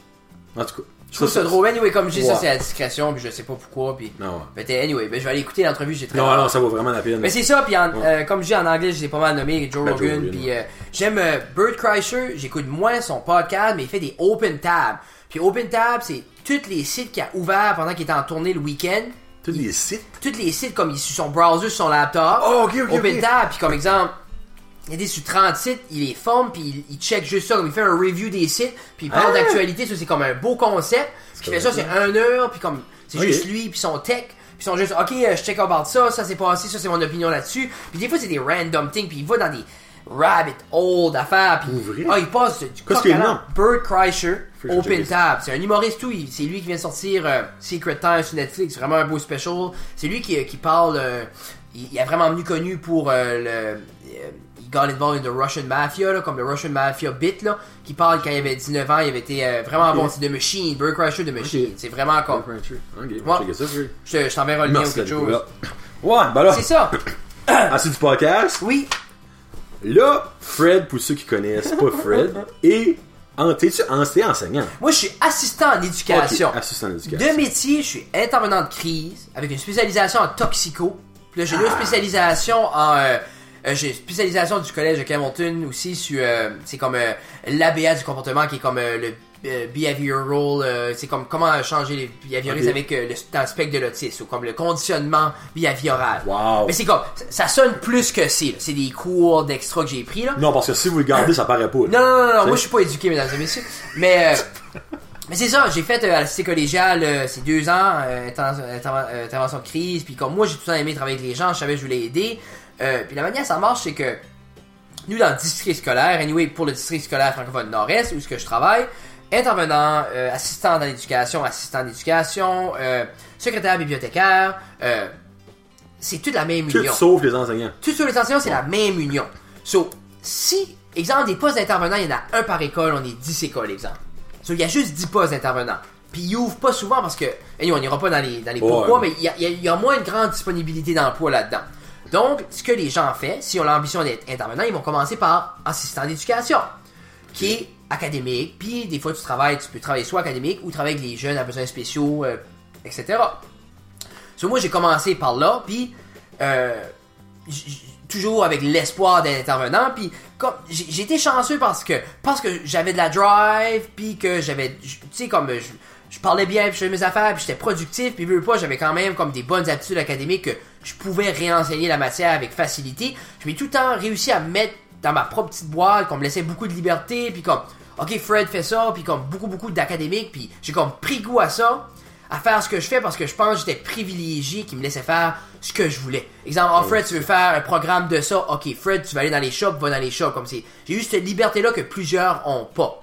En tout cas. Je trouve ça drôle. Anyway, comme je dis, Ouais. ça, c'est la discrétion, puis je sais pas pourquoi, puis... Non, ouais. Ben, t'es- anyway, ben, je vais aller écouter l'entrevue, j'ai très Non, hâte. non, ça vaut vraiment la peine. Mais c'est ça, puis en- Ouais. euh, comme je dis en anglais, je l'ai pas mal nommé, Joe Ben, Joe Rogan, Rogan, puis ouais. euh, j'aime euh, Bert Kreischer, j'écoute moins son podcast, mais il fait des open tabs. Puis open tabs, c'est tous les sites qu'il a ouverts pendant qu'il était en tournée le week-end. Tous Il- les sites. Tous les sites comme il est sur son browser, sur son laptop. Oh, ok, ok, Open ok. tab, puis comme exemple, il est sur trente sites, il les forme, puis il, il check juste ça, comme il fait un review des sites, puis il parle Ah! d'actualité, ça c'est comme un beau concept. Puis il fait ça, c'est un heure, puis comme c'est Ok. juste lui, puis son tech, puis ils sont juste, ok, euh, je check about ça, ça c'est passé, ça c'est mon opinion là-dessus. Puis des fois c'est des random things, puis il va dans des rabbit hole d'affaires, puis Ouvrir. ah, il passe du Qu'est-ce coq qu'il y a à dedans? l'âne. Bert Kreischer, Faut que je Open check ça. Tab. C'est un humoriste tout, il- c'est lui qui vient de sortir euh, Secret Time sur Netflix, vraiment un beau special. C'est lui qui, qui parle, euh, il, il est vraiment venu connu pour euh, le... euh, il got involved in the Russian Mafia, là, comme le Russian Mafia bit, là, qui parle quand il avait dix-neuf ans, il avait été euh, vraiment Ok. bon, c'est The Machine, Bert Kreischer The Machine. Ok. C'est vraiment comme... Ok, Ouais. checker ça, oui. Je, te- je t'enverrai le lien ou Merci, quelque la chose. découverte. Ouais, ben là, C'est ça. ah, c'est du podcast. Oui. Là, Fred, pour ceux qui connaissent pas Fred, est en, t'es-tu en, t'es enseignant? Moi, je suis assistant en éducation. Ok, assistant d'éducation. De métier, je suis intervenant de crise avec une spécialisation en toxico. Puis là, j'ai une autre spécialisation en... euh, euh, j'ai une spécialisation du collège de Camelton aussi sur... euh, c'est comme euh, l'A B A du comportement qui est comme euh, le euh, behavioral, euh, c'est comme comment changer les behaviorismes okay. avec euh, le, dans le spectre de l'autisme, ou comme le conditionnement behavioral. Wow. Mais c'est comme, ça sonne plus que c'est, là. C'est des cours d'extra que j'ai pris, là. Non, parce que si vous le gardez, ça paraît pas. Là. Non, non, non, non, non moi je suis pas éduqué, mesdames et messieurs. Mais, euh, mais c'est ça, j'ai fait euh, à la cité collégiale, euh, c'est deux ans, euh, intervention de crise, puis comme moi j'ai tout le temps aimé travailler avec les gens, je savais que je voulais aider. Euh, puis la manière ça marche, c'est que nous dans le district scolaire, anyway, pour le district scolaire francophone Nord-Est, où est-ce que je travaille, intervenant, euh, assistant dans l'éducation, assistant d'éducation, euh, secrétaire bibliothécaire, euh, c'est toute la même tout union. Sauf les enseignants. Tout sauf les enseignants, c'est la même union. So, si, exemple, des postes d'intervenants, il y en a un par école, on est dix écoles, exemple. So, il y a juste dix postes d'intervenants. Puis ils ouvrent pas souvent parce que, anyway, on n'ira pas dans les, dans les oh, pourquoi, ouais. mais il y, a, il y a moins de grande disponibilité d'emploi là-dedans. Donc, ce que les gens font, si on a l'ambition d'être intervenant, ils vont commencer par assistant d'éducation, qui est académique, puis des fois tu travailles, tu peux travailler soit académique ou travailler avec les jeunes à besoins spéciaux, euh, et cetera. So, moi, j'ai commencé par là, puis euh, toujours avec l'espoir d'être intervenant, puis comme j'ai, j'ai été chanceux parce que parce que j'avais de la drive, puis que j'avais, tu sais, comme je, je parlais bien, puis je faisais mes affaires, puis j'étais productif, puis veux pas, j'avais quand même comme des bonnes aptitudes académiques que je pouvais réenseigner la matière avec facilité. Je m'ai tout le temps réussi à mettre dans ma propre petite boîte, qu'on me laissait beaucoup de liberté, puis comme, ok, Fred fait ça, puis comme beaucoup, beaucoup d'académiques, puis j'ai comme pris goût à ça, à faire ce que je fais, parce que je pense que j'étais privilégié qui me laissait faire ce que je voulais. Exemple, oh Fred, tu veux faire un programme de ça, ok, Fred, tu vas aller dans les shops, va dans les shops, comme c'est. J'ai eu cette liberté-là que plusieurs ont pas.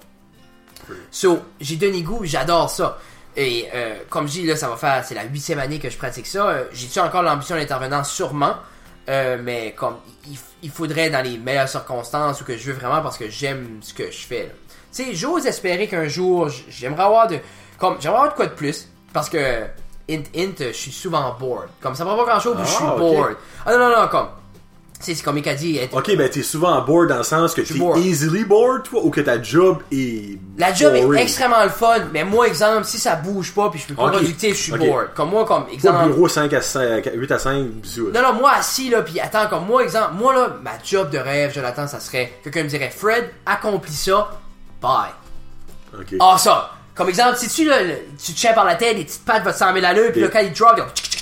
So, j'ai donné goût, j'adore ça. Et euh, comme je dis, là, ça va faire, c'est la huitième année que je pratique ça. Euh, j'ai-tu encore l'ambition d'intervenant? Sûrement. Euh, mais comme, il, il faudrait dans les meilleures circonstances ou que je veux vraiment parce que j'aime ce que je fais. Tu sais, j'ose espérer qu'un jour, j'aimerais avoir de, comme, j'aimerais avoir de quoi de plus. Parce que, int, int, je suis souvent bored. Comme, ça prend pas grand chose, puis ah, je suis okay. bored. Ah non, non, non, comme, c'est comme Mika dit. Être... Ok, ben t'es souvent bored dans le sens que t'es bored. Easily bored, toi, ou que ta job est. La job boring. Est extrêmement le fun, mais moi, exemple, si ça bouge pas, puis je suis pas okay. productif, je suis okay. bored. Comme moi, comme exemple. Au bureau cinq à cinq, huit à cinq, bisous. Non, non, moi assis là, puis attends, comme moi, exemple, moi là, ma job de rêve, Jonathan, ça serait, quelqu'un me dirait, Fred, accomplis ça, bye. Ok. Ah, ça. Comme exemple, si tu, là, le, tu te tiens par la tête, les petites pattes vont te cent mille à l'heure, puis là, quand il drop,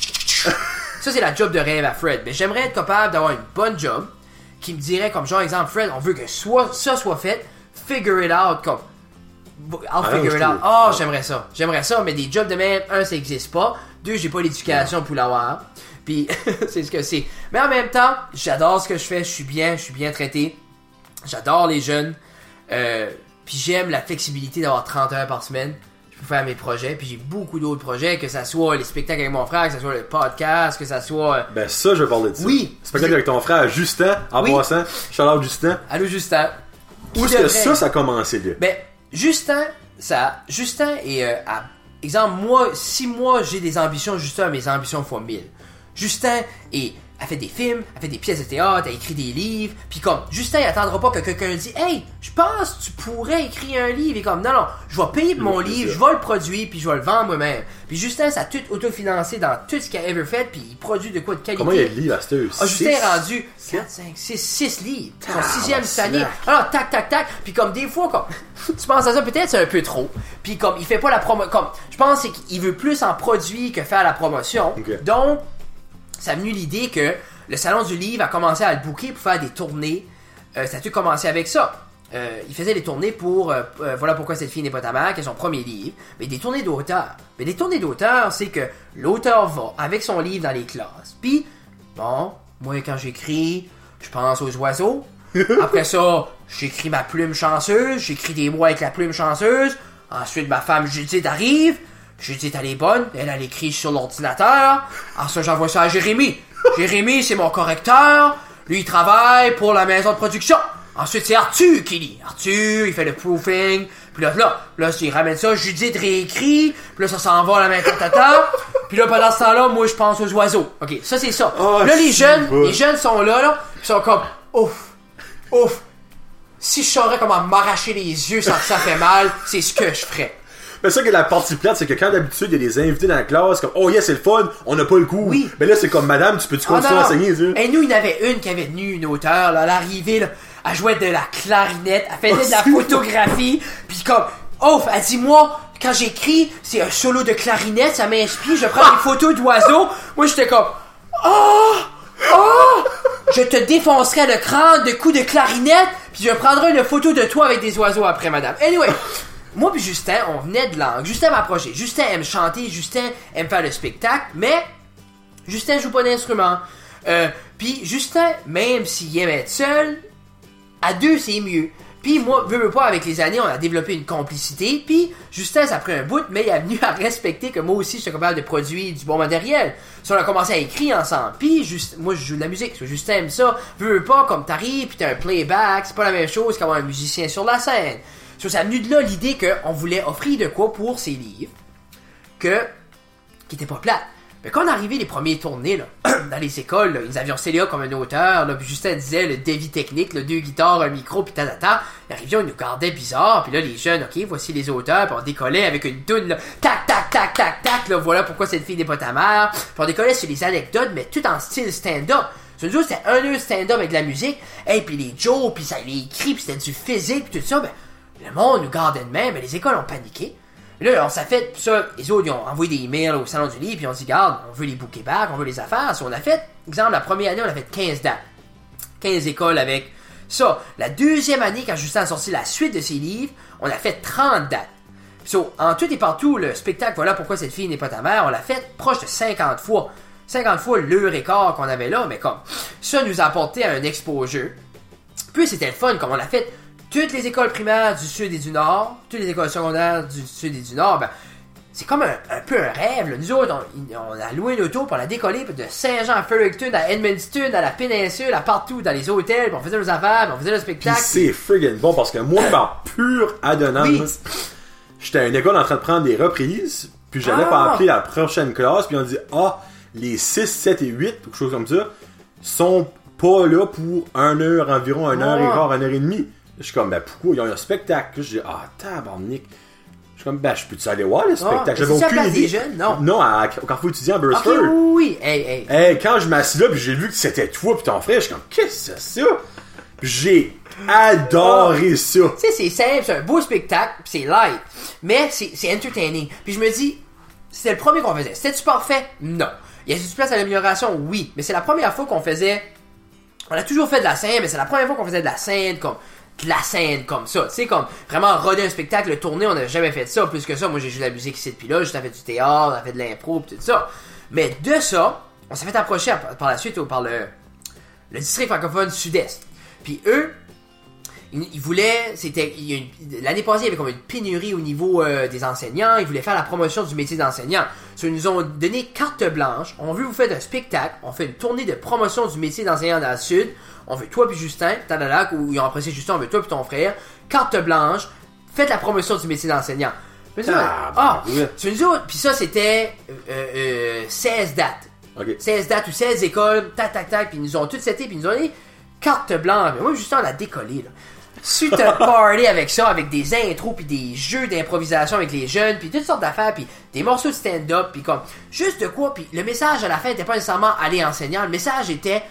ça, c'est la job de rêve à Fred. Mais j'aimerais être capable d'avoir une bonne job qui me dirait, comme genre, exemple, Fred, on veut que soit, ça soit fait, figure it out, comme, I'll ah, figure it out. Ah, oh, j'aimerais ça. J'aimerais ça, mais des jobs de même, un, ça n'existe pas. Deux, j'ai pas l'éducation pour l'avoir. Puis, c'est ce que c'est. Mais en même temps, j'adore ce que je fais, je suis bien, je suis bien traité. J'adore les jeunes. Euh, puis j'aime la flexibilité d'avoir trente heures par semaine. Je peux faire mes projets, puis j'ai beaucoup d'autres projets, que ça soit les spectacles avec mon frère, que ça soit le podcast, que ça soit... Ben ça, je vais parler de ça. Oui. Spectacle avec ton frère, Justin, en oui. passant. Shout-out Justin. Allô Justin. Où est-ce que ça, ça a commencé, là? Ben, Justin, ça... Justin est... Euh, à, exemple, moi, si moi, j'ai des ambitions, Justin, mes ambitions fois mille. Justin est... a fait des films, a fait des pièces de théâtre, a écrit des livres, puis comme, Justin, il attendra pas que quelqu'un dise « Hey, je pense que tu pourrais écrire un livre. » Et comme, non, non, je vais payer pour mon livre, je vais le produire, puis je vais le vendre moi-même. Puis Justin, ça a tout autofinancé dans tout ce qu'il a ever fait, puis il produit de quoi de qualité. Comment il y a de livres à cette heure? Ah, Justin est rendu quatre, cinq, six, six livres. Son sixième cette année. Alors, tac, tac, tac. Puis comme, des fois, comme, tu penses à ça, peut-être c'est un peu trop. Puis comme, il fait pas la promotion. Comme, je pense qu'il veut plus en produire que faire la promotion. Okay. Donc, ça a venu l'idée que le Salon du Livre a commencé à le booker pour faire des tournées. Euh, ça a tout commencé avec ça. Euh, il faisait des tournées pour euh, euh, Voilà pourquoi cette fille n'est pas ta mère, qui est son premier livre. Mais des tournées d'auteurs. Mais des tournées d'auteurs, c'est que l'auteur va avec son livre dans les classes. Puis, bon, moi quand j'écris, je pense aux oiseaux. Après ça, j'écris ma plume chanceuse. J'écris des mots avec la plume chanceuse. Ensuite, ma femme Judith arrive. Judith, elle est bonne. Elle, elle écrit sur l'ordinateur. Ensuite, j'envoie ça à Jérémy. Jérémy, c'est mon correcteur. Lui, il travaille pour la maison de production. Ensuite, c'est Arthur qui lit. Arthur, il fait le proofing. Puis là, là, là, il ramène ça. Judith réécrit. Puis là, ça s'en va à la main tata. Puis là, pendant ce temps-là, moi, je pense aux oiseaux. OK, ça, c'est ça. Oh, là, les jeunes, beau. les jeunes sont là, là. Ils sont comme, ouf, ouf. Si je saurais comment m'arracher les yeux sans que ça fait mal, c'est ce que je ferais. Mais ça que la partie plate, c'est que quand d'habitude il y a des invités dans la classe, comme oh yeah c'est le fun, on n'a pas le coup. Oui. Mais là c'est comme madame, tu peux-tu continuer oh, à enseigner, tu Et nous, il y en avait une qui avait tenu une auteure, là, à l'arrivée, là, elle jouait de la clarinette, elle faisait oh, de la photographie, puis comme, Oh, elle dit, moi, quand j'écris, c'est un solo de clarinette, ça m'inspire, je prends des photos d'oiseaux. Moi, j'étais comme, oh, oh, je te défoncerai le crâne de coups de clarinette, puis je prendrai une photo de toi avec des oiseaux après, madame. Anyway, moi puis Justin, on venait de langue. Justin m'approchait. Justin aime chanter, Justin aime faire le spectacle, mais Justin joue pas d'instrument. Euh, puis Justin, même s'il aime être seul, à deux, c'est mieux. Puis moi, veux, veux pas, avec les années, on a développé une complicité. Puis Justin, ça a pris un bout, mais il est venu à respecter que moi aussi, je suis capable de produire du bon matériel. So, on a commencé à écrire ensemble. Puis juste, moi, je joue de la musique. So, Justin aime ça. Veux, veux pas, comme t'arrives, puis t'as un playback, c'est pas la même chose qu'avoir un musicien sur la scène. So, ça a venu de là l'idée qu'on voulait offrir de quoi pour ces livres que qui était pas plate. Mais quand on est arrivé les premiers tournées, là, dans les écoles, là, ils avaient Célia comme un auteur, là, puis Justin disait le dévi technique, là, deux guitares, un micro, puis tatata. Ils arrivaient, ils nous gardaient bizarre, puis là, les jeunes, ok, voici les auteurs, puis on décollait avec une toune, là, tac, tac, tac, tac, tac, là, voilà pourquoi cette fille n'est pas ta mère. Puis on décollait sur les anecdotes, mais tout en style stand-up. Sur nous autres, c'était un heure stand-up avec de la musique, et puis les jokes, puis ça les écrit, puis c'était du physique, puis tout ça, ben, le monde nous gardait de même, mais les écoles ont paniqué. Là, on s'est fait, ça, les autres, ils ont envoyé des emails au Salon du Livre, puis on dit, garde, on veut les booker back, on veut les affaires. So, on a fait, exemple, la première année, on a fait quinze dates. quinze écoles avec ça. La deuxième année, quand Justin a sorti la suite de ses livres, on a fait trente dates. So, en tout et partout, le spectacle, voilà pourquoi cette fille n'est pas ta mère, on l'a fait proche de cinquante fois. cinquante fois l'heure et quart qu'on avait là, mais comme, ça nous a apporté un exposure. Puis c'était le fun, comme on l'a fait toutes les écoles primaires du Sud et du Nord, toutes les écoles secondaires du Sud et du Nord, ben, c'est comme un, un peu un rêve. Là. Nous autres, on, on a loué une auto, puis on a décollé de Saint-Jean à Fredericton, à Edmundston, à la péninsule, à partout, dans les hôtels, puis on faisait nos affaires, puis on faisait le spectacle. Puis c'est friggin' bon, parce que moi, par pure adonnance, oui. J'étais à une école en train de prendre des reprises, puis j'allais ah. pas appeler la prochaine classe, puis on dit « Ah, les six, sept et huit, ou quelque chose comme ça, sont pas là pour une heure, environ une heure ah. et quart, une heure et demie. » Je suis comme, ben pourquoi? Ils ont un spectacle. Je dis, ah, tabarnak. Je suis comme, ben je peux-tu aller voir le spectacle? Ah, J'avais aucune idée. Des jeunes? Non. Non, à, au Carrefour étudiant à Burstford. Okay, oui, oui. Hey, hey. Hey, quand je m'assis là, puis j'ai vu que c'était toi puis ton frère, je suis comme, qu'est-ce que c'est ça? J'ai adoré ça. Tu sais, c'est simple, c'est un beau spectacle, puis c'est live. Mais c'est, c'est entertaining. Puis je me dis, c'était le premier qu'on faisait. C'était-tu parfait? Non. Il y a du place à l'amélioration? Oui. Mais c'est la première fois qu'on faisait. On a toujours fait de la scène, mais c'est la première fois qu'on faisait de la scène comme. De la scène comme ça, tu sais, comme vraiment roder un spectacle, le tourner, on n'a jamais fait ça, plus que ça, moi j'ai joué de la musique ici depuis là, j'ai fait du théâtre, j'ai fait de l'impro, pis tout ça, mais de ça, on s'est fait approcher par la suite par le, le district francophone sud-est, puis eux, ils, ils voulaient, c'était, il y a une, l'année passée, il y avait comme une pénurie au niveau euh, des enseignants, ils voulaient faire la promotion du métier d'enseignant, so, ils nous ont donné carte blanche, on veut vous faire un spectacle, on fait une tournée de promotion du métier d'enseignant dans le sud. On veut toi puis Justin, tadalac, ou ils ont apprécié Justin, on veut toi puis ton frère, carte blanche, faites la promotion du métier d'enseignant. Mais ah, ah ben, tu nous autres, puis ça c'était euh, euh, seize dates. Okay. seize dates ou seize écoles, tac tac tac, puis ils nous ont toutes seté, puis ils nous ont donné carte blanche. Mais moi Justin on a décollé là. Suite un party avec ça, avec des intros, puis des jeux d'improvisation avec les jeunes, puis toutes sortes d'affaires, puis des morceaux de stand-up, puis comme juste de quoi, puis le message à la fin n'était pas nécessairement aller enseignant, le message était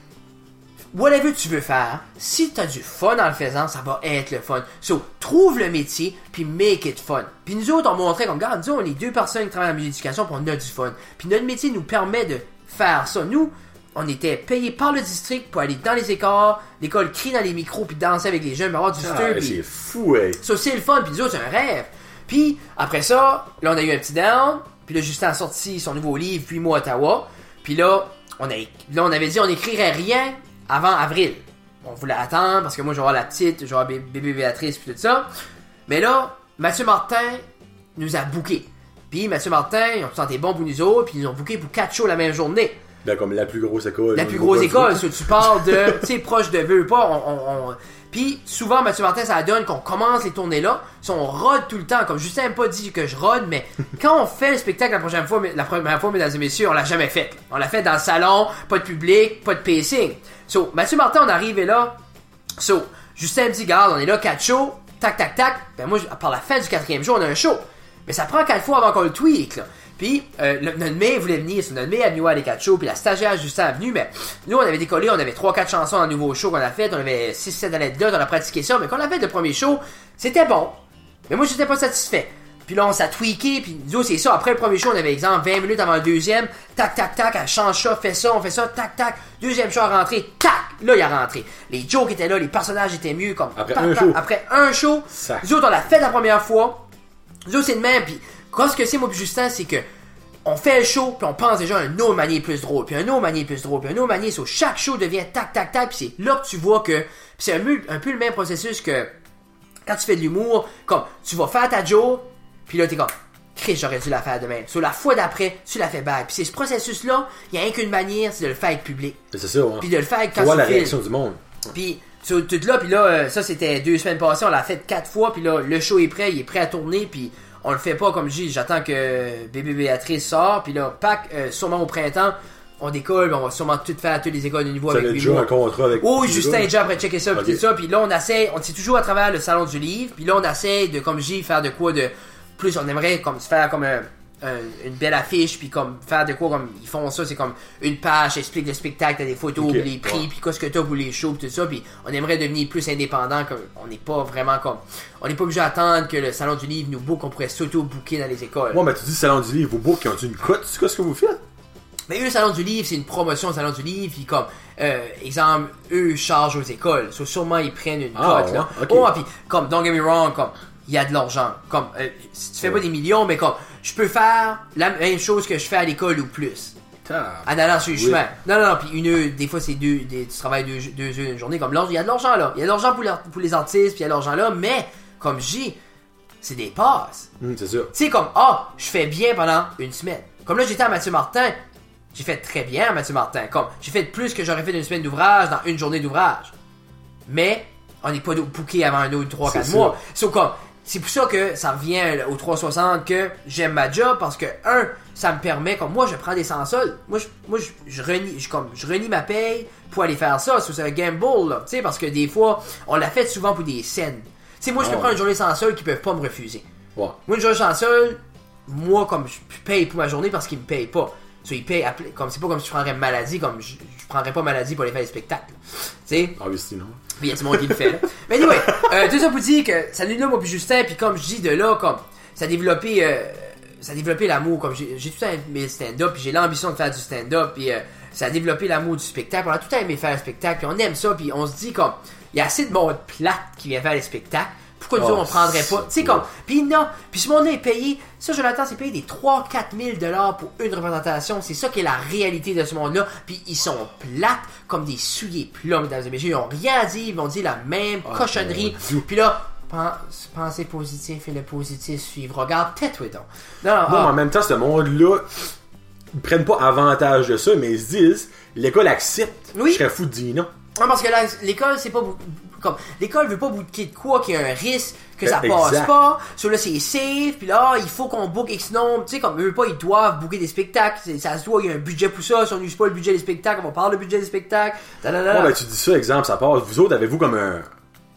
whatever tu veux faire, si t'as du fun en le faisant, ça va être le fun. So, trouve le métier, puis make it fun. Puis nous autres, on montrait comme, regarde, nous, on est deux personnes qui travaillent en éducation, puis on a du fun. Puis notre métier nous permet de faire ça. Nous, on était payés par le district pour aller dans les écoles, l'école crie dans les micros, puis danser avec les jeunes, puis avoir du ah, stir. C'est fou, hey. Ça, c'est le fun, puis nous autres, c'est un rêve. Puis, après ça, là, on a eu un petit down, puis là, Justin a sorti son nouveau livre, puis moi, Ottawa. Puis là, on a, là, on avait dit, on n'écrirait rien avant avril. On voulait attendre parce que moi je vais avoir la petite, je vais avoir bébé Béatrice puis tout ça. Mais là, Mathieu Martin nous a booké. Puis Mathieu Martin, ils ont senti bon pour nous autres, puis ils nous ont booké pour quatre shows la même journée. Ben comme la plus grosse école. La plus grosse école, si tu parles de, tu sais, proche de veux pas, on, on, on... Puis souvent Mathieu Martin, ça donne qu'on commence les tournées là, si on rôde tout le temps, comme Justin n'aime pas dit que je rôde, mais quand on fait le spectacle la prochaine fois, la première fois, mesdames et messieurs, on l'a jamais fait. On l'a fait dans le salon, pas de public, pas de pacing. So, Mathieu Martin, on arrive là. So, Justin me dit, garde, on est là, quatre shows, tac, tac, tac. Ben moi, par la fin du quatrième jour, on a un show. Mais ça prend quatre fois avant qu'on le tweak, là. Puis, euh, le, notre mai voulait venir, c'est notre mai à venu à les quatre shows, puis la stagiaire Justin est venue, mais nous, on avait décollé, on avait trois quatre chansons dans le nouveau show qu'on a fait, on avait six sept anecdotes, on a pratiqué ça, mais quand on a fait le premier show, c'était bon. Mais moi, j'étais pas satisfait. Puis là, on s'est tweaké, puis nous autres, c'est ça. Après le premier show, on avait, exemple, vingt minutes avant le deuxième. Tac, tac, tac, elle change ça, fait ça, on fait ça, tac, tac. Deuxième show à rentrer, tac, là, il a rentré. Les jokes étaient là, les personnages étaient mieux, comme... Après tac, un tac, show. Après un show, ça. Nous autres, on l'a fait la première fois. Nous autres, c'est le même, puis quand ce que c'est, moi, puis Justin, c'est que on fait le show, puis on pense déjà à un autre manier plus drôle, puis un autre manier plus drôle, puis un autre manier, so chaque show devient tac, tac, tac, puis c'est là que tu vois que... Puis c'est un peu, un peu le même processus que quand tu fais de l'humour, comme, tu vas faire ta joke, puis là, t'es comme... Chris, j'aurais dû la faire de même. Sur la fois d'après, tu la fais bad. Puis c'est ce processus-là, il n'y a rien qu'une manière, c'est de le faire avec public. C'est ça, ouais. Puis de le faire quand tu vois tu la filmes. réaction du monde. Puis tout là, puis là, ça c'était deux semaines passées, on l'a fait quatre fois, puis là, le show est prêt, il est prêt à tourner, puis on le fait pas comme je dis, j'attends que bébé Béatrice sort, puis là, pack, euh, sûrement au printemps, on décolle, on va sûrement tout faire à toutes les écoles de niveau ça avec lui. lui. Ça un contrat avec... Oh, Justin est déjà après checker ça, puis okay. tout ça, puis là, on essaie, on c'est toujours à travers le salon du livre, puis là, on essaie de, comme je dis, faire de quoi de... Plus, on aimerait comme se faire comme un... Euh, une belle affiche, puis comme faire de quoi comme ils font ça, c'est comme une page, explique le spectacle, t'as des photos, okay, les prix, ouais. Puis qu'est-ce que t'as pour les shows, tout ça, puis on aimerait devenir plus indépendant, comme on n'est pas vraiment comme, on n'est pas obligé d'attendre que le salon du livre nous book, on pourrait s'auto-booker dans les écoles. Ouais, mais tu dis salon du livre, vos books, ils ont une cote, c'est quoi ce que vous faites? Mais eux, le salon du livre, c'est une promotion au salon du livre, puis comme, euh, exemple, eux chargent aux écoles, so, sûrement ils prennent une ah, cote, ouais, là. Okay. Oh, puis comme, don't get me wrong, comme, il y a de l'argent. Comme, euh, si tu fais ouais. pas des millions, mais comme, je peux faire la même chose que je fais à l'école ou plus. Ah, en allant sur le oui. chemin. Non, non, non, puis une heure, des fois c'est deux, des, tu travailles deux, deux heures une journée. Comme là, il y a de l'argent là. Il y a de l'argent pour, les, pour les artistes, puis il y a de l'argent là, mais, comme je dis, c'est des passes. Mm, c'est sûr. Tu sais, comme, ah, je fais bien pendant une semaine. Comme là, j'étais à Mathieu Martin. J'ai fait très bien à Mathieu Martin. Comme, j'ai fait plus que j'aurais fait d'une semaine d'ouvrage dans une journée d'ouvrage. Mais, on n'est pas booké avant un autre trois quatre mois. C'est comme, c'est pour ça que ça revient au trois cent soixante que j'aime ma job parce que, un, ça me permet, comme moi, je prends des sans-soldes. Moi, je, moi je, je, renie, je, comme, je renie ma paye pour aller faire ça. C'est un gamble, là. Tu sais, parce que des fois, on l'a fait souvent pour des scènes. Tu sais, moi, je peux oh. prendre une journée sans-solde qu'ils peuvent pas me refuser. Ouais. Moi, une journée sans-solde, moi, comme je paye pour ma journée parce qu'ils me payent pas. So, ils payent, comme c'est pas comme si je prendrais maladie, comme je, je prendrais pas maladie pour aller faire des spectacles. Tu sais? Ah oui, c'est non. Puis il y a tout le monde qui le fait, là. Mais anyway, euh, tout ça pour dire que ça nous là, moi puis Justin, puis comme je dis de là, comme, ça a développé, euh, ça a développé l'amour, comme j'ai, j'ai tout le temps aimé le stand-up, puis j'ai l'ambition de faire du stand-up, puis euh, ça a développé l'amour du spectacle. On a tout le temps aimé faire le spectacle, puis on aime ça, puis on se dit comme, il y a assez de monde plate qui vient faire les spectacles. Pourquoi nous oh, on prendrait pas? Tu sais, comme, pis non, pis ce monde-là est payé, ça, Jonathan, c'est payé des trois à quatre mille dollars pour une représentation. C'est ça qui est la réalité de ce monde-là. Puis ils sont plates comme des souliers plats, mesdames et messieurs. Ils ont rien à dire, ils vont dire la même oh, cochonnerie. Puis là, pense, pensez positif et le positif suivre. Regarde, tais-toi donc. Non, non, bon, ah. en même temps, ce monde-là, ils prennent pas avantage de ça, mais ils se disent, l'école accepte. Oui. Je serais fou de dire non. Non, parce que là, l'école, c'est pas... Comme, l'école veut pas booker de quoi qu'il y a un risque que ça exact. Passe pas. Sur là, c'est safe. Puis là, il faut qu'on book X nombre. Tu sais, comme, eux pas, ils doivent booker des spectacles. C'est, ça se doit, il y a un budget pour ça. Si on n'use pas le budget des spectacles, on va parler du budget des spectacles. Bon, ben, tu dis ça, exemple, ça passe. Vous autres, avez-vous comme un,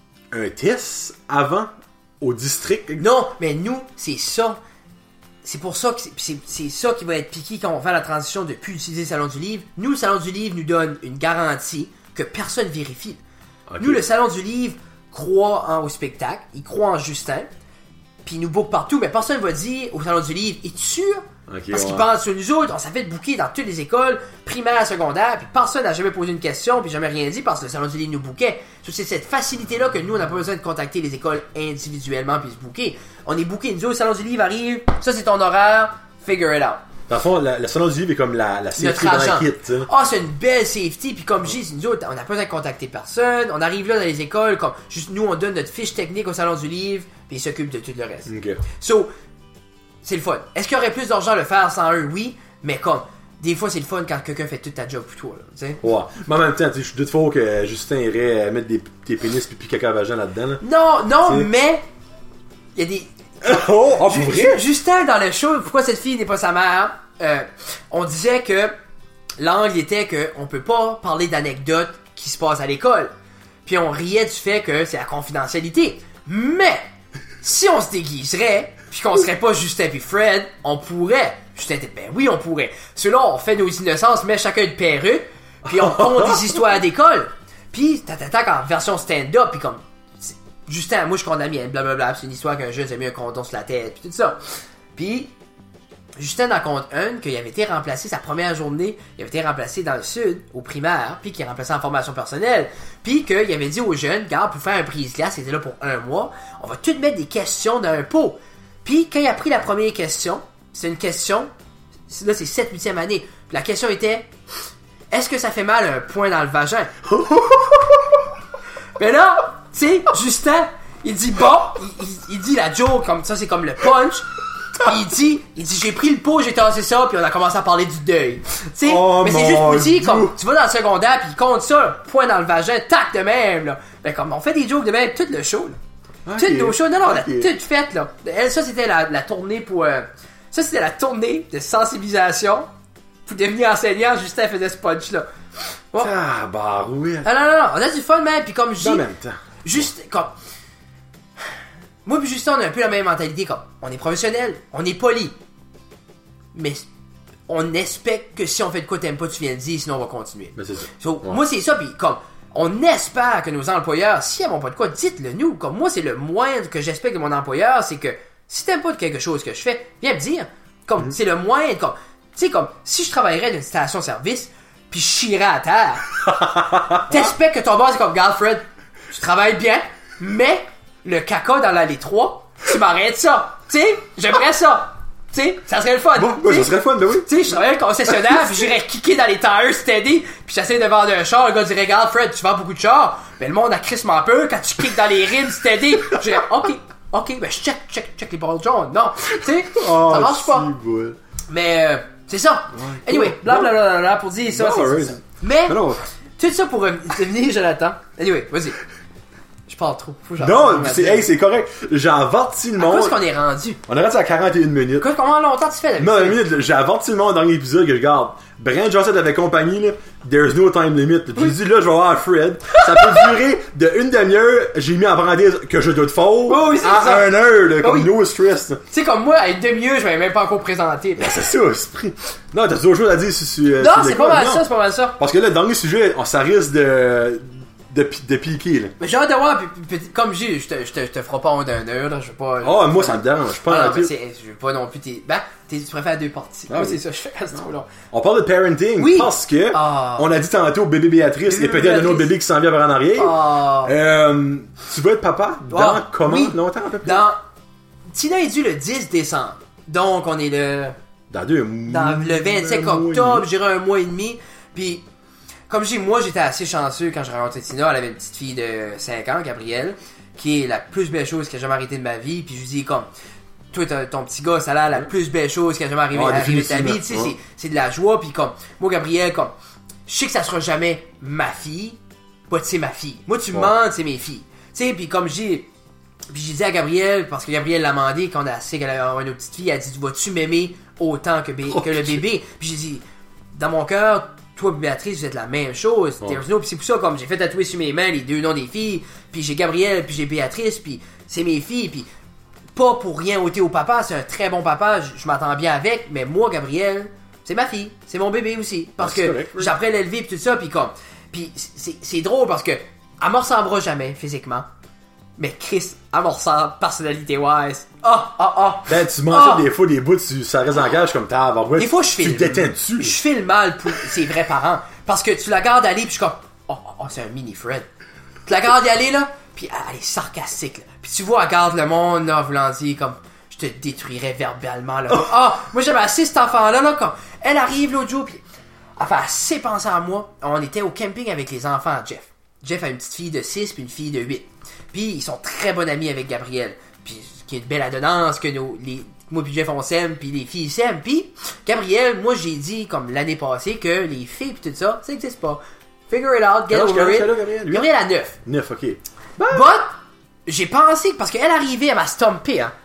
un test avant au district? Non, mais nous, c'est ça. C'est pour ça que c'est, c'est, c'est ça qui va être piqué quand on va faire la transition de plus utiliser le Salon du Livre. Nous, le Salon du Livre nous donne une garantie que personne vérifie. Okay. Nous, le Salon du Livre croit en, au spectacle, il croit en Justin, puis il nous book partout, mais personne ne va dire au Salon du Livre, es-tu sûr? Okay, parce ouais. qu'ils pensent sur nous autres, on s'est fait booker dans toutes les écoles, primaires, secondaires, puis personne n'a jamais posé une question, puis jamais rien dit parce que le Salon du Livre nous bookait. So, c'est cette facilité-là que nous, on n'a pas besoin de contacter les écoles individuellement puis se booker. On est booké, nous autres, le Salon du Livre arrive, ça c'est ton horaire, figure it out. Dans le fond, la, la Salon du Livre est comme la, la safety dans la kit. Ah, oh, c'est une belle safety. Puis comme je dis, nous autres, on n'a pas besoin de contacter personne. On arrive là dans les écoles, comme juste nous, on donne notre fiche technique au Salon du Livre, puis ils s'occupent de tout le reste. Okay. So, c'est le fun. Est-ce qu'il y aurait plus d'argent à le faire sans eux? Oui, mais comme, des fois, c'est le fun quand quelqu'un fait toute ta job pour toi. Tu sais? Ouais. Mais en même temps, je suis doute faux que Justin irait mettre des, des pénis pipi caca vagin là-dedans. Là. Non, non, t'sais. Mais il y a des... oh, oh pour vrai? Justin, dans le show, pourquoi cette fille n'est pas sa mère? Euh, on disait que l'angle était que on peut pas parler d'anecdotes qui se passent à l'école. Puis on riait du fait que c'est la confidentialité. Mais si on se déguiserait, puis qu'on serait pas Justin puis Fred, on pourrait. Justin était ben oui, on pourrait. Ceux-là, on fait nos innocences, met chacun une perruque, puis on compte des histoires d'école. Puis t'attaques en version stand-up, puis comme Justin, moi je compte la mienne, blablabla, c'est une histoire qu'un jeune s'est mis un condom sur la tête, puis tout ça. Puis, Justin en compte un qu'il avait été remplacé, sa première journée, il avait été remplacé dans le sud, au primaire, puis qu'il est remplacé en formation personnelle, puis qu'il avait dit aux jeunes, regarde, pour faire un brise-glace, il était là pour un mois, on va tout mettre des questions dans un pot. Puis, quand il a pris la première question, c'est une question, là c'est sept huitième année, puis la question était, est-ce que ça fait mal un point dans le vagin? Mais là, tu sais, Justin, il dit bon, il, il, il dit la joke, comme ça, c'est comme le punch. Il dit, il dit, j'ai pris le pot, j'ai tassé ça, puis on a commencé à parler du deuil. Tu sais, oh mais c'est juste pour dire, comme, tu vas dans le secondaire, puis il compte ça, point dans le vagin, tac de même, là. Ben, comme, on fait des jokes de même, tout le show, là. Okay. Tout le show, non, non, on a okay. tout fait, là. Elle, ça, c'était la, la tournée pour, euh, ça, c'était la tournée de sensibilisation pour devenir enseignant. Justin faisait ce punch-là. Bon. Ah, bah, oui. Ah, non, non, non, on a du fun, même, puis comme je dis. En même temps. Juste, comme. Moi pis Justin, on a un peu la même mentalité, comme. On est professionnel, on est poli. Mais on espère que si on fait de quoi t'aimes pas, tu viens le dire, sinon on va continuer. Mais c'est ça. So, ouais. Moi, c'est ça, pis comme. On espère que nos employeurs, si ils n'ont pas de quoi, dites-le nous. Comme moi, c'est le moindre que j'espère de mon employeur, c'est que si t'aimes pas de quelque chose que je fais, viens me dire. Comme, mm-hmm. c'est le moindre, comme. Tu sais, comme, si je travaillerais dans une station-service, pis je chierais à terre, t'espères que ton boss est comme, regarde, Fred, tu travailles bien, mais le caca dans l'allée trois, tu m'arrêtes ça. Tu sais, j'aimerais ça. Tu sais, ça serait le fun. Bon, ouais, ça serait le fun, ben oui. Tu sais, je travaillais le concessionnaire, puis j'irais kicker dans les tires steady, puis j'essaie de vendre un char, le gars dirait, regarde, Fred, tu vends beaucoup de chars, mais le monde a crissement peur quand tu kicks dans les rimes steady. Je dirais, ok, ok, ben je check, check, check les balles jaunes. Non, tu sais, oh, ça marche pas. Bon. Mais, euh, c'est ça. Ouais, anyway, cool. Blablabla, pour dire ça, c'est, c'est ça. Mais, non. Tout ça pour devenir Jonathan. Anyway, vas-y. Je parle trop. Faut que non, c'est, hey, c'est correct. J'ai averti le monde. Qu'est-ce qu'on est rendu? On est rendu à quarante et une minutes. Quoi, comment longtemps tu fais? Non, une minute, j'ai averti le monde dans l'épisode que regarde. Brent Johnson avait compagnie, là. There's no time limit. Puis oui. J'ai dit, là, je vais voir Fred. Ça peut durer de une demi-heure. J'ai mis à brandir que je dois te faux. Oh, oui, à ça. une heure, là, comme oui. no stress. Tu sais, comme moi, à une demi-heure, je vais même pas encore présenter. Ben, c'est ça, c'est pris. Non, t'as toujours chose à dire sur. Euh, non, c'est pas mal non. ça, c'est pas mal ça. Parce que là, dans le sujet, ça risque de. De, de piquer, là. Mais j'ai hâte de voir, pis, pis, pis, comme j'ai, je te, je te, je te ferai pas en d'une heure, là, je veux pas... Oh, moi, ça me dérange, je pas. Ah, non, c'est, je veux pas non plus, t'es, ben, t'es, tu préfères deux parties. Ah, moi, oui. C'est ça, je fais c'est trop long. On parle de parenting, oui. Parce que, ah. on a dit tantôt, bébé Béatrice, et peut-être un autre bébé qui s'en vient vers en arrière. Ah. Euh, tu veux être papa? Dans ah. comment? Oui. Longtemps, à peu près? Dans, Tina est due le dix décembre. Donc, on est le... Dans deux mois. Dans le vingt-cinq octobre, j'irai un mois et demi, pis... Comme je dis, moi, j'étais assez chanceux quand je rencontrais Tina. Elle avait une petite fille de cinq ans, Gabrielle, qui est la plus belle chose qui a jamais arrêté de ma vie. Puis je lui dis, comme, toi, ton petit gars, ça a l'air la plus belle chose qui a jamais arrivé, oh, arrivé de ta vie. Tu sais, c'est, c'est de la joie. Puis comme, moi, Gabrielle, comme, je sais que ça sera jamais ma fille, pas c'est ma fille. Moi, tu me mens, c'est mes filles. Tu sais, puis comme je dis, puis j'ai dit à Gabrielle, parce que Gabrielle l'a demandé quand on a assez qu'elle a une petite fille, elle a dit, vas-tu m'aimer autant que, bé- que le bébé? Puis j'ai dit, dans mon cœur, toi et Béatrice, vous êtes la même chose. Oh. No, puis c'est pour ça, comme j'ai fait tatouer sur mes mains les deux noms des filles, puis j'ai Gabrielle, puis j'ai Béatrice, puis c'est mes filles, puis pas pour rien ôter au papa, c'est un très bon papa, je, je m'entends bien avec, mais moi, Gabrielle, c'est ma fille, c'est mon bébé aussi, parce ah, que correct, oui. J'apprends à l'élever, puis tout ça, puis comme, puis c'est, c'est drôle parce que elle me ressemblera jamais physiquement, mais Chris, elle me ressemble personnalité-wise. Ah, ah, ah. Ben, tu mentionnes oh. des fois des bouts, tu, ça reste en cage comme t'as. Ouais, des fois, je file. Tu détends dessus. Je file mal pour ses vrais parents. Parce que tu la gardes aller, puis je suis comme, oh, oh, oh, c'est un mini Fred. Tu la gardes y aller, là, puis elle est sarcastique, là. Puis tu vois, elle garde le monde, là, voulant dire, comme, je te détruirais verbalement, là. Ah, oh, moi, j'aimais assez cet enfant-là, là, comme, elle arrive l'autre jour, puis elle fait assez penser à moi. On était au camping avec les enfants à Jeff. Jeff a une petite fille de six puis une fille de huit. Puis ils sont très bons amis avec Gabrielle. Puis qui est une belle adonnance que nos, les, moi puis Jeff on s'aime, puis les filles s'aiment. Puis Gabrielle, moi j'ai dit comme l'année passée que les filles puis tout ça, ça n'existe pas. Figure it out, get over it. Gabrielle, Gabrielle a neuf. neuf, ok. But, But j'ai pensé, parce qu'elle arrivait, elle m'a stompé, hein.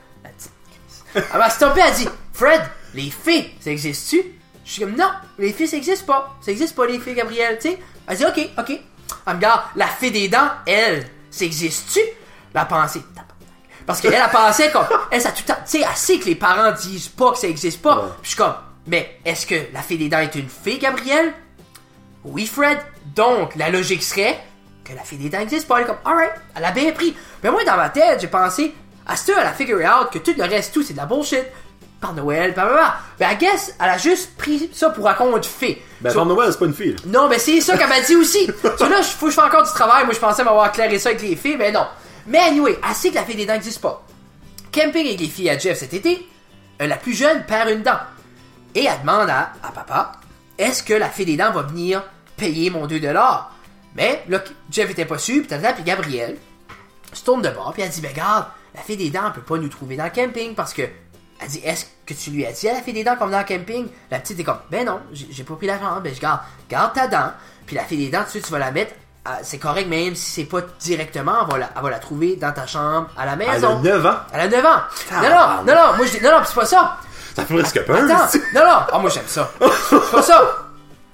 Elle m'a stompé, elle a dit, Fred, les filles, ça existe-tu? Je suis comme, non, les filles ça existe pas. Ça existe pas les filles, Gabrielle, tu sais. Elle dit, ok, ok. Elle me regarde, la fée des dents, elle, ça existe-tu? La pensée. Parce qu'elle a pensé comme, elle, ça tout le temps, tu sais, elle sait que les parents disent pas que ça existe pas. Ouais. Puis je suis comme, mais est-ce que la fée des dents est une fée, Gabrielle? Oui, Fred. Donc, la logique serait que que la fille des dents n'existe pas. Elle est comme, alright, elle a bien pris. Mais moi, dans ma tête, j'ai pensé, à ce elle a figuré out que tout le reste, tout, c'est de la bullshit. Par Noël, par blablabla. Ben, I guess, elle a juste pris ça pour un conte de fée. Ben, so, Par Noël, c'est pas une fille. Non, mais c'est ça qu'elle m'a dit aussi. So là, faut que je fasse encore du travail. Moi, je pensais m'avoir éclairé ça avec les filles, mais non. Mais anyway, elle sait que la fille des dents n'existe pas. Camping avec les filles à Jeff cet été, euh, la plus jeune perd une dent. Et elle demande à, à papa, est-ce que la fille des dents va venir payer mon deux dollars? Mais là, Jeff était pas sûr, puis tata, puis Gabrielle se tourne de bord, puis elle dit, ben garde, la fille des dents, elle peut pas nous trouver dans le camping, parce que, elle dit, est-ce que tu lui as dit à la fille des dents comme dans le camping? La petite est comme, ben non, j'ai, j'ai pas pris la jambe, ben je garde, garde ta dent, puis la fille des dents, tout de suite, tu vas la mettre, à, c'est correct, même si c'est pas directement, elle va, la, elle va la trouver dans ta chambre, à la maison. Elle a neuf ans. Elle a neuf ans. Non, non, non, non, moi je dis, non, non, c'est pas ça. Ça fait presque peur. Attends, non, non, ah, moi j'aime ça. C'est pas ça.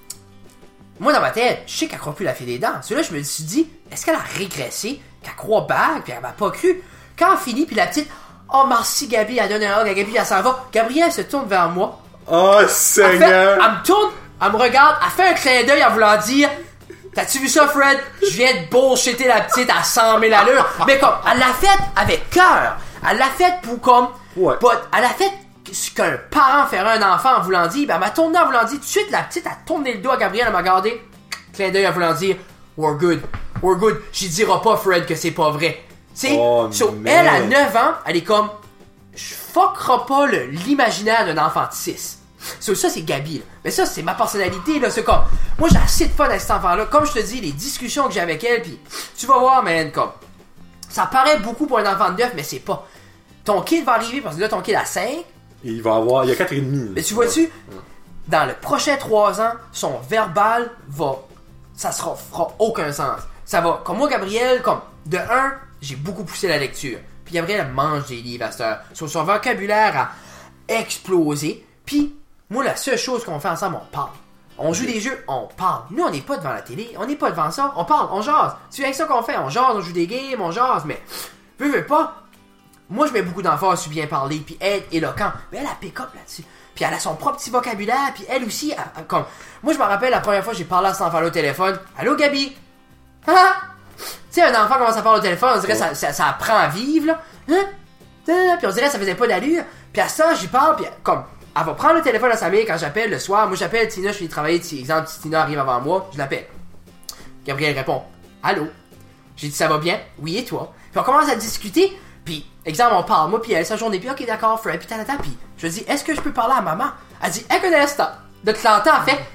Moi, dans ma tête, je sais qu'elle croit plus la fille des dents. Celui-là, je me suis dit, est-ce qu'elle a régressé, qu'elle croit bague, puis elle m'a pas cru. Quand elle finit, puis la petite, oh merci Gabi, elle donne un hug à Gabi, elle s'en va. Gabrielle se tourne vers moi. Oh Elle, fait, Seigneur. elle me tourne, elle me regarde, elle fait un clin d'œil en voulant dire, t'as-tu vu ça, Fred? Je viens de bullshitter la petite à cent mille allures. Mais comme, elle l'a fait avec cœur. Elle l'a fait pour comme, Ouais. but, elle a fait ce qu'un parent ferait un enfant en voulant dire, ben, elle m'a tourné en voulant dire, tout de suite, la petite a tourné le doigt à Gabrielle, elle m'a regardé, clin d'œil en voulant dire, we're good, we're good, j'y dirai pas, Fred, que c'est pas vrai. Tu sais, Oh, so, man. elle, à neuf ans, elle est comme, je fuckera pas le, l'imaginaire d'un enfant de six. So, ça, c'est Gabi, là. Mais ça, c'est ma personnalité, là, c'est comme, moi, j'ai assez de fun avec cet enfant-là, comme je te dis, les discussions que j'ai avec elle, pis tu vas voir, man, comme, ça paraît beaucoup pour un enfant de neuf, mais c'est pas. Ton kid va arriver, parce que là, ton kid a cinq, Il va avoir. Il y a quatre et demi. mais tu vois-tu, dans le prochain trois ans, son verbal va. Ça sera, fera aucun sens. Ça va. Comme moi, Gabriel, comme, de un, j'ai beaucoup poussé la lecture. Puis Gabriel, elle mange des livres à cette heure. Son, son vocabulaire a explosé. Puis, moi, la seule chose qu'on fait ensemble, on parle. On joue des jeux, on parle. Nous, on n'est pas devant la télé, on n'est pas devant ça, on parle, on jase. C'est avec ça qu'on fait, on jase, on joue des games, on jase, mais, veux, veux pas. Moi, je mets beaucoup d'emphase sur bien parler, puis être éloquent. Mais elle a pick-up là-dessus. Puis elle a son propre petit vocabulaire, puis elle aussi, elle, elle, comme... Moi, je me rappelle la première fois que j'ai parlé à cet enfant-là au téléphone. Allô, Gabi? Ah! Tu sais, un enfant commence à parler au téléphone, on dirait que ça, ça, ça apprend à vivre, là. Hein? Puis on dirait que ça faisait pas d'allure. Puis à ça, j'y parle, puis comme... Elle va prendre le téléphone à sa mère quand j'appelle le soir. Moi, j'appelle Tina, je vais travailler. Si, exemple, si Tina arrive avant moi, je l'appelle. Gabriel répond. Allô? J'ai dit, ça va bien? Oui, et toi? Puis on commence à discuter. Puis, exemple, on parle, moi, puis elle, sa journée. Puis, ok, d'accord, Fred. Puis, talata. Puis, je dis, est-ce que je peux parler à maman? Elle dit, elle connaît ça. De Clanton, elle fait.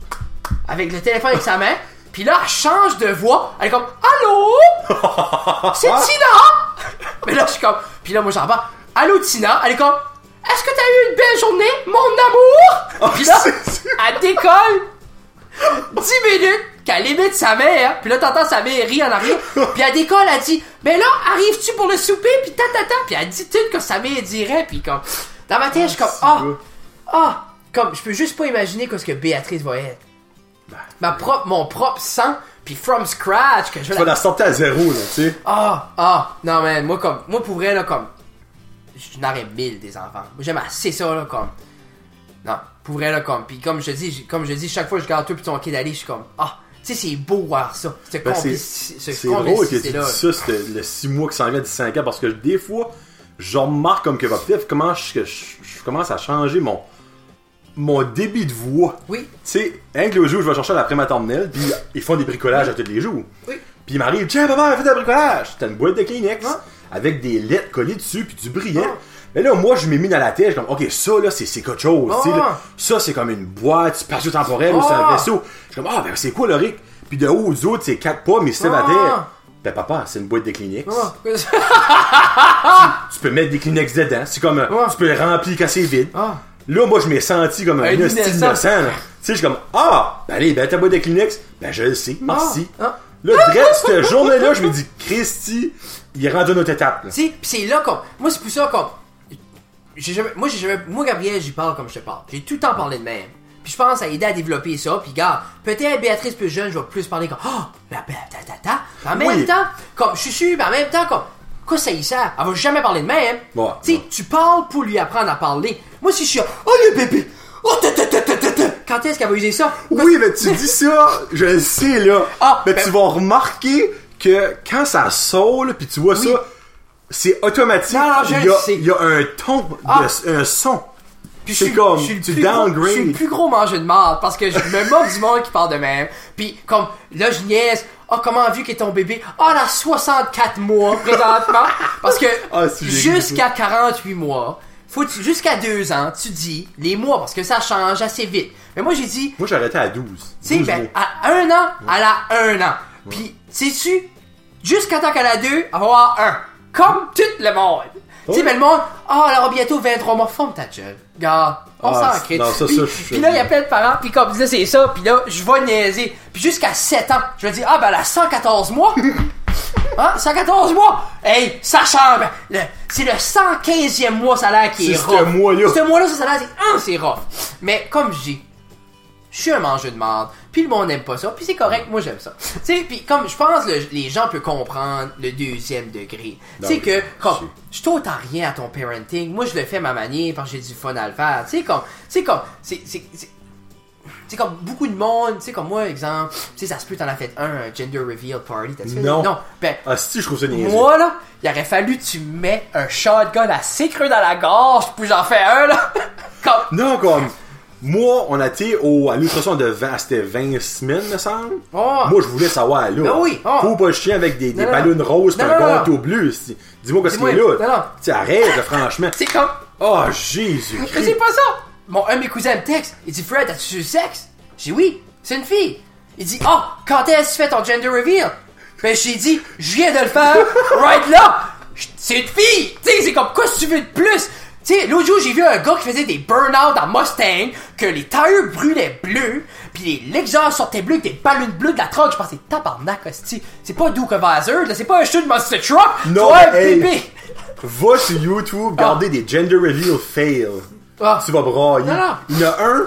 Avec le téléphone avec sa main. Puis là, elle change de voix. Elle est comme, allô? C'est Tina! Mais là, je suis comme. Puis là, moi, j'en parle. Allô, Tina? Elle est comme. Est-ce que t'as eu une belle journée, mon amour? Oh, Puis là, c'est... elle décolle dix minutes qu'elle imite sa mère. Puis là, t'entends sa mère rire en arrière. Puis elle décolle, elle dit, ben là, arrives-tu pour le souper? Puis tatata. Puis elle dit tout que sa mère dirait. Puis comme, dans ma tête, je suis comme, ah, ah, comme, je peux juste pas imaginer ce que Béatrice va être. Ma propre, mon propre sang, puis from scratch, que je vais Tu vas la sortir à zéro, là, tu sais. Ah, ah, non, man, moi, comme, moi, pour vrai, là, comme, je n'aurais mille des enfants. Moi, j'aime assez ça, là, comme. Non, pour vrai, là, comme. Puis comme je dis, comme je dis, chaque fois que je garde toi puis ton kid aller, je suis comme, ah, tu sais, c'est beau voir ça. Cette Ben, c'est complici- ce c'est drôle que tu complicité-là. dis ça, c'était le six mois qui s'en vient à dix-cinq ans, parce que des fois, je remarque comme que Pif, comment je, je, je commence à changer mon, mon débit de voix. Oui. Tu sais, un que le jour, je vais chercher à la prématernelle, puis ils font des bricolages à tous les jours. Oui. Puis il m'arrive, tiens, papa, fais un bricolage. T'as une boîte de Kleenex Ah. avec des lettres collées dessus, puis du brillant. Ah. Mais là, moi, je m'ai mis dans la tête, je suis comme, ok, ça, là, c'est, c'est quelque chose. tu sais, Ah. là. Ça, c'est comme une boîte spatio-temporelle ou c'est un Ah. vaisseau. Je suis comme, ah, ben c'est quoi, le Rick? Puis de haut aux autres, c'est quatre pas, mais c'est Ah. à terre. Ben, papa, c'est une boîte de Kleenex. Ah. Tu peux mettre des Kleenex dedans. C'est comme, euh, Ah. tu peux le remplir quand c'est vide. Ah. Là, moi, je m'ai senti comme un Un innocent. innocent. innocent, là. Tu sais, je suis comme, ah, ben allez, ben ta boîte de Kleenex. Ben, je le sais, merci. Ah. Là, direct, cette journée-là, je me dis, Christy, il est rendu à notre étape, là. Tu sais, pis c'est là comme. Moi, c'est pour ça comme. J'ai jamais, moi, j'ai jamais. Moi, Gabriel, j'y parle comme je te parle. J'ai tout le temps parlé de même. Puis je pense à aider à développer ça. Puis, gars, peut-être Béatrice plus jeune, je vais plus parler comme. Oh, ben, ben, ta, ta, ta. En même Oui. temps, comme, je suis sûr, mais en même temps, comme. Quoi, ça y sert? Elle va jamais parler de même. Ouais, tu sais, ouais. tu parles pour lui apprendre à parler. Moi, si je suis. Oh, le bébé! Oh, ta, ta, ta, ta, ta, ta. quand est-ce qu'elle va user ça? Oui, mais tu dis ça, je le sais, là. Ah, mais ben... tu vas remarquer que quand ça sort, là, pis tu vois oui. ça, c'est automatique. Non, non, je il, y a, le sais. il y a un ton, ah. de, un son. Puis c'est comme, je tu downgrades. Je suis le plus gros mangeur de marde parce que je me moque du monde qui parle de même. Puis comme, là, je niaise. Ah, oh, comment vu qu'est ton bébé? Ah, oh, elle a soixante-quatre mois présentement. Parce que ah, si jusqu'à quarante-huit mois, faut tu, jusqu'à deux ans, tu dis les mois parce que ça change assez vite. Mais moi, j'ai dit... Moi, j'ai arrêté à douze. Tu sais, ben, à un an, ouais. elle a un an. Ouais. Puis, sais-tu, jusqu'à temps qu'elle a deux, elle va avoir un. Comme tout le monde. Tu sais, mais le monde, ah, oh, elle aura bientôt vingt-trois mois. Forme ta gueule. Regarde, on ah, s'en crée. Puis, puis là, il y a plein de parents, puis comme, là, c'est ça, puis là, je vais niaiser. Puis jusqu'à sept ans, je vais dire, ah, ben, elle a cent quatorze mois. Hein, cent quatorze mois. Hey, ça change. Le, c'est le cent quinzième mois salaire qui est, est rough. Ce mois-là. Ce mois-là, ce salaire, c'est, hein, c'est rough. Mais comme je dis, je suis un mangeur de marde, puis le monde n'aime pas ça, puis c'est correct, moi j'aime ça. Tu sais, puis comme je pense que les gens peuvent comprendre le deuxième degré. Tu sais que, comme, je t'ôte à rien à ton parenting, moi je le fais à ma manière parce que j'ai du fun à le faire. Tu sais, comme, tu sais, comme, c'est, c'est, c'est, c'est comme beaucoup de monde, tu sais, comme moi, exemple, tu sais, ça se peut t'en as fait un, un gender reveal party, t'as fait? Non. Non. Ben, ah, si, je trouve ça niaiseux. Moi, là, il aurait fallu que tu mets un shotgun assez creux dans la gorge, puis j'en fais un, là. Comme... Non, comme... Moi, on a été au, à l'ultrason de vingt, c'était vingt semaines, me semble. Oh. Moi, je voulais savoir, là. Ben oui. Oh. Faut pas le chien avec des, des non, ballons non. roses et un non, gâteau non. bleu. Si. Dis-moi qu'est-ce qu'il y a non, là. Non, non. Tu arrête, franchement. C'est comme... Oh, Jésus. Mais c'est pas ça. Mon, un de mes cousins me texte. Il dit, Fred, as-tu eu le sexe? J'ai dit, oui, c'est une fille. Il dit, oh, quand est-ce que tu fais ton gender reveal? Ben, j'ai dit, je viens de le faire, right là. C'est une fille. Tu sais, c'est comme, quoi si tu veux de plus? Tu sais, l'autre jour, j'ai vu un gars qui faisait des burn-out en Mustang, que les tires brûlaient bleus, pis les l'exhaust sortaient bleus avec des ballons bleus de la truck. Je pensais, tabarnak, hostie. C'est pas Duke of Hazzard, là, c'est pas un shoot de Monster Truck. Non, ouais, hey, bébé. Va sur YouTube, garder ah. des gender reveal fail. Ah. Tu vas brailler. Non, non. Il y en a un,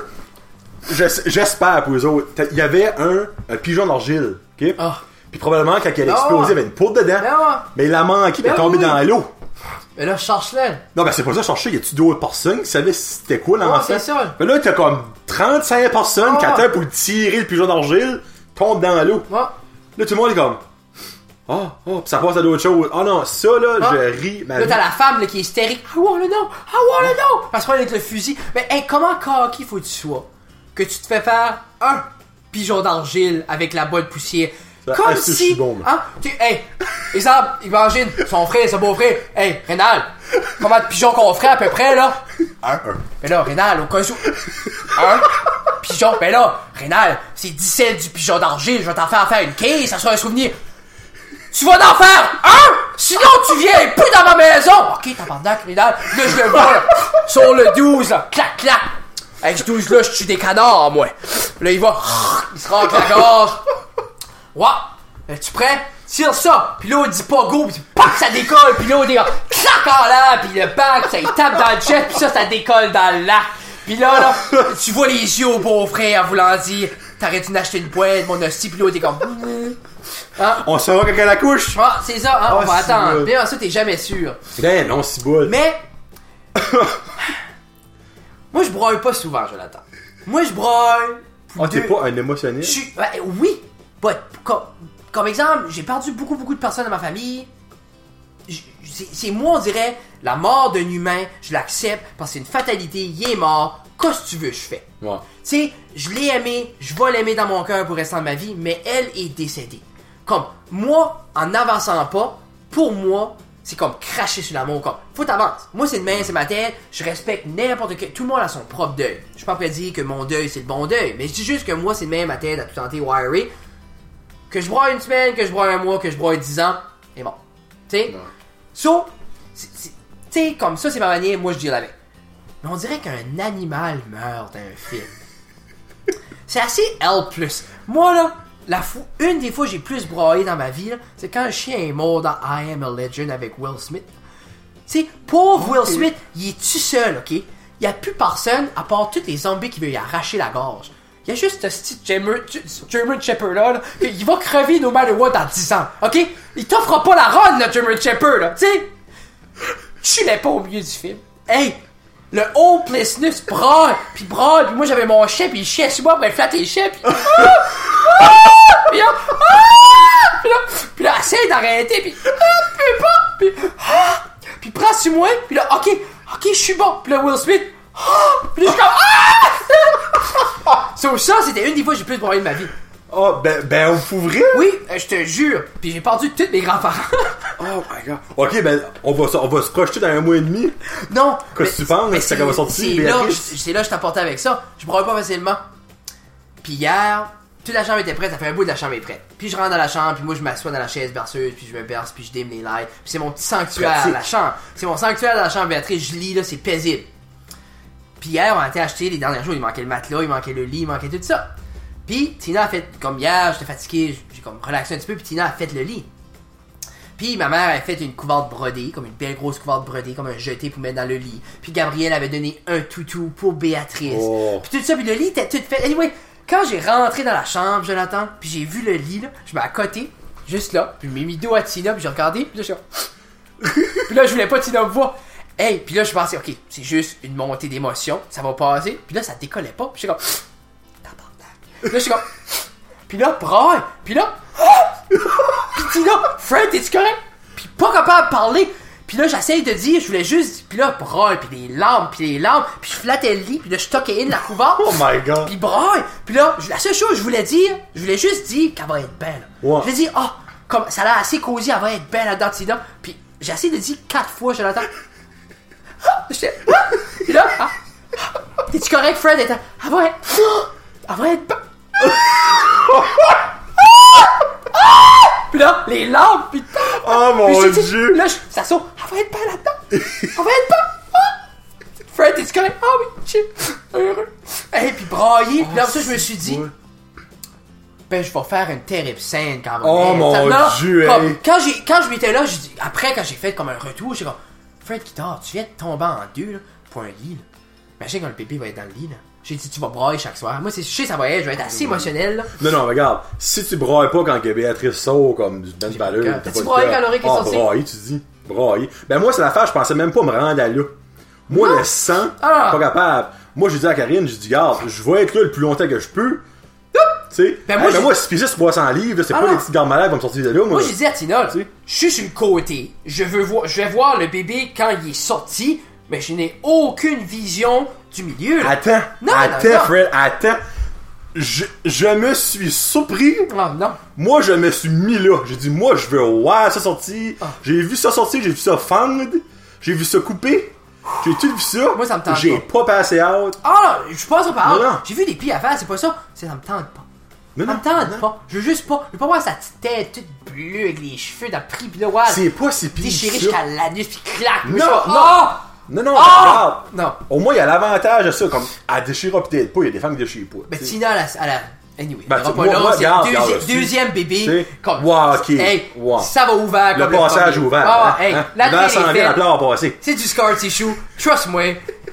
j'espère pour eux autres, il y avait un, un pigeon d'argile, ok? Ah. Puis probablement, quand il a explosé, il y avait une poudre dedans. Non. Mais il a manqué, il est tombé oui. dans l'eau. Mais là, je cherche là. Non, ben c'est pas ça, je cherchais. Y a-tu d'autres personnes qui savaient c'était quoi l'enfant? Oh, c'est ça. Mais là, t'as comme trente-cinq personnes oh. qui attendent pour tirer le pigeon d'argile, tombent dans l'eau. Oh. Là, tout le monde est comme... Oh, oh, pis ça passe à d'autres choses. Oh non, ça, là, oh. je ris. Ma là, vie. t'as la femme là, qui est hystérique. I wanna know! I wanna know! Parce qu'on est avec le fusil. Mais hey, comment cocky faut que tu sois? Que tu te fais faire un pigeon d'argile avec la boîte de poussière. Comme ah, si, bon, hein, tu, hey, exemple, imagine, son frère, son beau-frère, hey, Rénal, combien de pigeons qu'on ferait à peu près, là? Un, un. Mais là, Rénal, au cas où, un pigeon, ben là, Rénal, c'est dix-sept du pigeon d'argile, je vais t'en faire faire une case, ça sera un souvenir. Tu vas en faire un, sinon tu viens plus dans ma maison. Ok, tabarnak, Rénal, là, je le vois, là, sur le douze, là, clac, clac. Avec ce douze, là, je tue des canards, moi. Là, il va, il se rentre la gorge. Ouais, es-tu prêt? Tire ça, pis là on dit pas go, pis pac, ça décolle, pis là on dit clac en l'air, pis le bac, ça il tape dans le jet, pis ça, ça décolle dans le lac. Pis là, là, tu vois les yeux au beau-frère en voulant dire, t'aurais dû n'acheter une boîte, mon hostie, pis là t'es comme... Hein? On saura quand elle accouche. Ah, c'est ça, hein, oh, on va attendre. Bien ça, t'es jamais sûr. Ben non, c'est beau. Mais... Moi, je broille pas souvent, Jonathan. Moi, je broille... Ah, oh, t'es pas un émotionnel? Je suis... Ben, oui! But, comme, comme exemple, j'ai perdu beaucoup, beaucoup de personnes dans ma famille. C'est, c'est moi, on dirait, la mort d'un humain, je l'accepte parce que c'est une fatalité, il est mort. Qu'est-ce que tu veux, je fais. Ouais. Tu sais, je l'ai aimé, je vais l'aimer dans mon cœur pour le restant de ma vie, mais elle est décédée. Comme, moi, en n'avançant pas, pour moi, c'est comme cracher sur l'amour. Comme, faut t'avancer. Moi, c'est une main, c'est ma tête. Je respecte n'importe quel. Tout le monde a son propre deuil. Je suis pas prêt à dire que mon deuil, c'est le bon deuil. Mais je dis juste que moi, c'est une main, ma tête, à tout tenter wiré. Que je broie une semaine, que je broie un mois, que je broie dix ans, et bon. Tu sais? So, tu sais, comme ça, c'est ma manière, moi, je dis la même. Mais on dirait qu'un animal meurt dans un film. C'est assez L plus. Moi, là, la fou- une des fois que j'ai plus broyé dans ma vie, là, c'est quand un chien est mort dans I Am a Legend avec Will Smith. Tu sais, pauvre Will Smith, il est tout seul, ok? Il n'y a plus personne, à part tous les zombies qui veulent y arracher la gorge. Il y a juste ce petit German, German Shepherd là, là, il va crever no matter what dans dix ans, ok? Il t'offre pas la run, le German Shepherd, là, tu sais? Tu l'es pas au milieu du film. Hey! le hopelessness braille, puis braille, puis moi j'avais mon chien, puis il chiait sur moi, puis il flattait les chiens, puis... Ah! Ah! Puis là... Ah! Puis là... Puis là, essaye d'arrêter, puis... Ah! Puis pas! Puis... Ah! Puis prends sur moi, puis là, ok, ok, je suis bon. Puis là, Will Smith... Ah! Puis là, je suis comme... Ah! So, ça, c'était une des fois que j'ai plus braillé de ma vie. Oh, ben, ben, on fout vrai? Oui, euh, je te jure. Puis j'ai perdu tous mes grands-parents. Oh my god. Ok, ben, on va, on va se projeter dans un mois et demi. Non. Qu'est-ce que tu penses? Mais c'est quand va sortir, c'est là, c'est là que je t'apportais avec ça. Je braille pas facilement. Puis hier, toute la chambre était prête. Ça fait un bout de la chambre est prête. Puis je rentre dans la chambre, puis moi je m'assois dans la chaise berceuse, puis je me berce, puis je dîme les lights. Puis c'est mon petit sanctuaire, Pratique. la chambre. C'est mon sanctuaire dans la chambre, Béatrice. Je lis, là, c'est paisible. Puis hier, on a été acheter les derniers jours. Il manquait le matelas, il manquait le lit, il manquait tout ça. Puis Tina a fait, comme hier, j'étais fatigué, j'ai comme relaxé un petit peu, puis Tina a fait le lit. Puis ma mère a fait une couverte brodée, comme une belle grosse couverte brodée, comme un jeté pour mettre dans le lit. Puis Gabrielle avait donné un toutou pour Béatrice. Oh. Puis tout ça, puis le lit était tout fait. Anyway, quand j'ai rentré dans la chambre, Jonathan, puis j'ai vu le lit, là, je m'ai à côté, juste là, puis je m'ai mis dos à Tina, puis j'ai regardé, puis là, je suis Puis là, je voulais pas Tina me voir. Hey, puis là, je pensais, ok, c'est juste une montée d'émotion, ça va passer. Puis là, ça décollait pas, puis j'étais comme... Puis là, je suis comme... Puis là, braille. Puis là... Puis Tina, Fred, t'es-tu correct? Puis pas capable de parler. Puis là, j'essaye de dire, je voulais juste... Puis là, braille, puis les larmes, puis les larmes. Puis je flattais le lit, puis là, je toquais in la couverte. Oh my god. Puis braille. Puis là, la seule chose que je voulais dire, je voulais juste dire qu'elle va être belle. Ouais. Je voulais dire, ah, oh, comme ça a l'air assez cosy, elle va être belle là-dedans, Tina. Puis j'ai essayé de dire quatre fois, je l'entends. J'étais... Puis là, ah, t'es-tu correct, Fred? Elle va être... Elle va être... Puis là, les larmes, putain! Oh mon puis je, dieu! Là, je, ça saute, elle va être pas là-dedans! Elle va être pas! Ah! Fred, t'es-tu correct? Ah oui, shit! Heureux! Et puis brailler, puis là, ça, je me suis dit, ben, je vais faire une terrible scène quand même. Oh mon ça, non, dieu! Comme, hey. quand, j'ai, quand je m'étais là, j'ai dit, après, quand j'ai fait comme un retour, j'ai comme, Fred Guitar, tu viens de tomber en deux, là, pour un lit, là. Imagine quand le bébé va être dans le lit, là. J'ai dit, tu vas brailler chaque soir. Moi, c'est, je sais, ça va être, je vais être assez émotionnel, là. Non, non, regarde, si tu brailles pas quand que Béatrice sort comme du Ben Balleux, t'as T'as-tu braillé quand Laurie est ah, sortie? brailler, tu dis. Brailler. Ben moi, c'est l'affaire, je pensais même pas me rendre à là. Moi, Non. le sang, Ah. pas capable. Moi, j'ai dit à Karine, j'ai dit, regarde, je vais être là le plus longtemps que je peux. Tu sais, Ben, hey, moi, ben j'ai- moi, si physique trois cents livres, là, c'est Ah pas non. les petites gardes malades qui vont me sortir de là, moi. Moi, j'ai dit à Tina, Tu sais. je suis sur le côté. Je veux voir, je vais voir le bébé quand il est sorti, mais je n'ai aucune vision du milieu. Là. Attends, Non, attends, non, non. Fred, attends. Je, je me suis surpris. Oh non. Moi, je me suis mis là. J'ai dit, moi, je veux voir ça sortir. Ah. J'ai vu ça sortir, j'ai vu ça fendre. J'ai vu ça couper. J'ai tout vu ça. Moi, ça me tente J'ai pas passé out. Ah non, je suis pas ça par Non, non. J'ai vu des plis à faire, c'est pas ça. C'est ça me tente pas. Non, Ça non, me tente non. pas. Je veux juste pas. Je veux pas voir sa petite tête toute bleue avec les cheveux d'après pis là, ouais, C'est pas si pire déchiré que jusqu'à ça. l'anus pis clac. Non, Je suis- non. Ah! Non, non, Ah! regarde. Non. Au moins, il y a l'avantage de ça. Comme, elle déchirera peut-être pas. Il y a des femmes qui déchirent pas. Mais tu sais. Tina, elle a. Elle a anyway, Ben, elle aura tu- pas moi, là, moi, c'est regarde, le regarde, deuxi- tu- deuxième bébé. tu sais. Comme, Wow, ok. Hey, Wow. ça va ouvert Le comme passage premier. ouvert. Ah, hein, hey, hein. la Dans traîne s'en est vient, la faite. pleure va passer. C'est du scar tissue. Trust moi.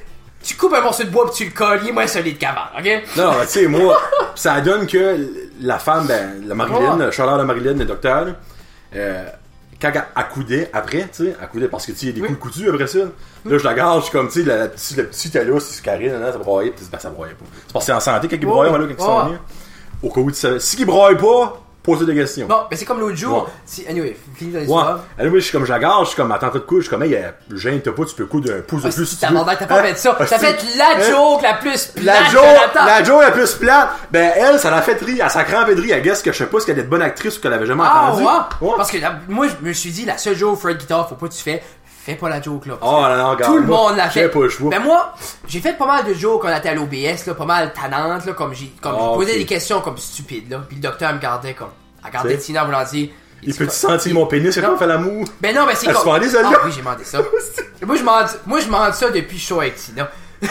Tu coupes un morceau de bois pis tu le colles, il est moins solide qu'avant, ok? Non, tu sais, moi, ça donne que la femme, ben, la Marilyn, le chaleur de Marilyn, le docteur, là, euh, quand elle accoudait après, tu sais, accoudait parce que tu sais, il y a des Oui. coups de couture après ça. Là, je la garde, je suis comme, tu sais, la, la, petite- le petit talus, c'est Karine, là, ça broyait, pis ben, ça broyait pas. C'est parce que c'est en santé quand il broye, voilà, quand ils sont Ouais. venus. Au cas où tu savais. Si il broye pas, pose des questions. Bon, mais c'est comme l'autre jour. Ouais. Si, anyway, finis dans Ouais. l'histoire. Alors, moi, je suis comme, je la garde, je suis comme, attends, de couche, je suis comme, hey, euh, gêne, t'as pas, tu peux coudre un pouce de Ah, plus. si si t'as tu veux. t'as pas Hein? fait ça. Ah, T'as si. fait la Hein? joke la plus plate. La de Joe, temps. la Joe la plus plate, ben elle, ça l'a fait rire, elle s'est crampée de rire, elle guess que je sais pas si elle est de bonne actrice ou qu'elle avait jamais Ah, entendu. ouais. Ouais. Parce que là, moi, je me suis dit, la seule joke Fred Guitar, faut pas que tu fais. Fais pas la joke là. Oh non, non, regarde. Tout le moi, monde l'a j'ai fait. pas le choix. Ben moi, j'ai fait pas mal de jokes quand on était à l'O B S, là, pas mal tannantes, là, comme j'ai comme Ah, je posais ok. des questions comme stupides, là. Puis le docteur me gardait comme. Elle gardait C'est- Tina en voulant dire. Il dit peut-tu quoi? sentir mon pénis quand Non. on fait l'amour? Ben non, ben c'est Elle comme. se demandait, celle-là? Ah oui, j'ai demandé ça. moi, je m'en moi, je demande ça depuis que je suis avec Tina.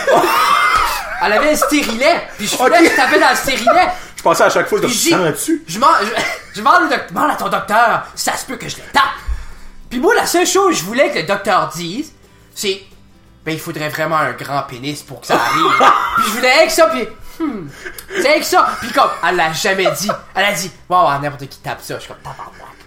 Elle avait un stérilet, puis je voulais Ok. que je tapais dans le stérilet. Je pensais à chaque fois, je Puis te j'ai- sens-tu? Je demande, je, je demande, au doc- demande à ton docteur si ça se peut que je le tape. Puis moi, la seule chose que je voulais que le docteur dise, c'est, ben il faudrait vraiment un grand pénis pour que ça arrive. Puis je voulais avec ça, puis hmm, c'est avec ça. Puis comme, elle l'a jamais dit. Elle a dit, wow, n'importe qui tape ça. Je suis comme, tabarnak.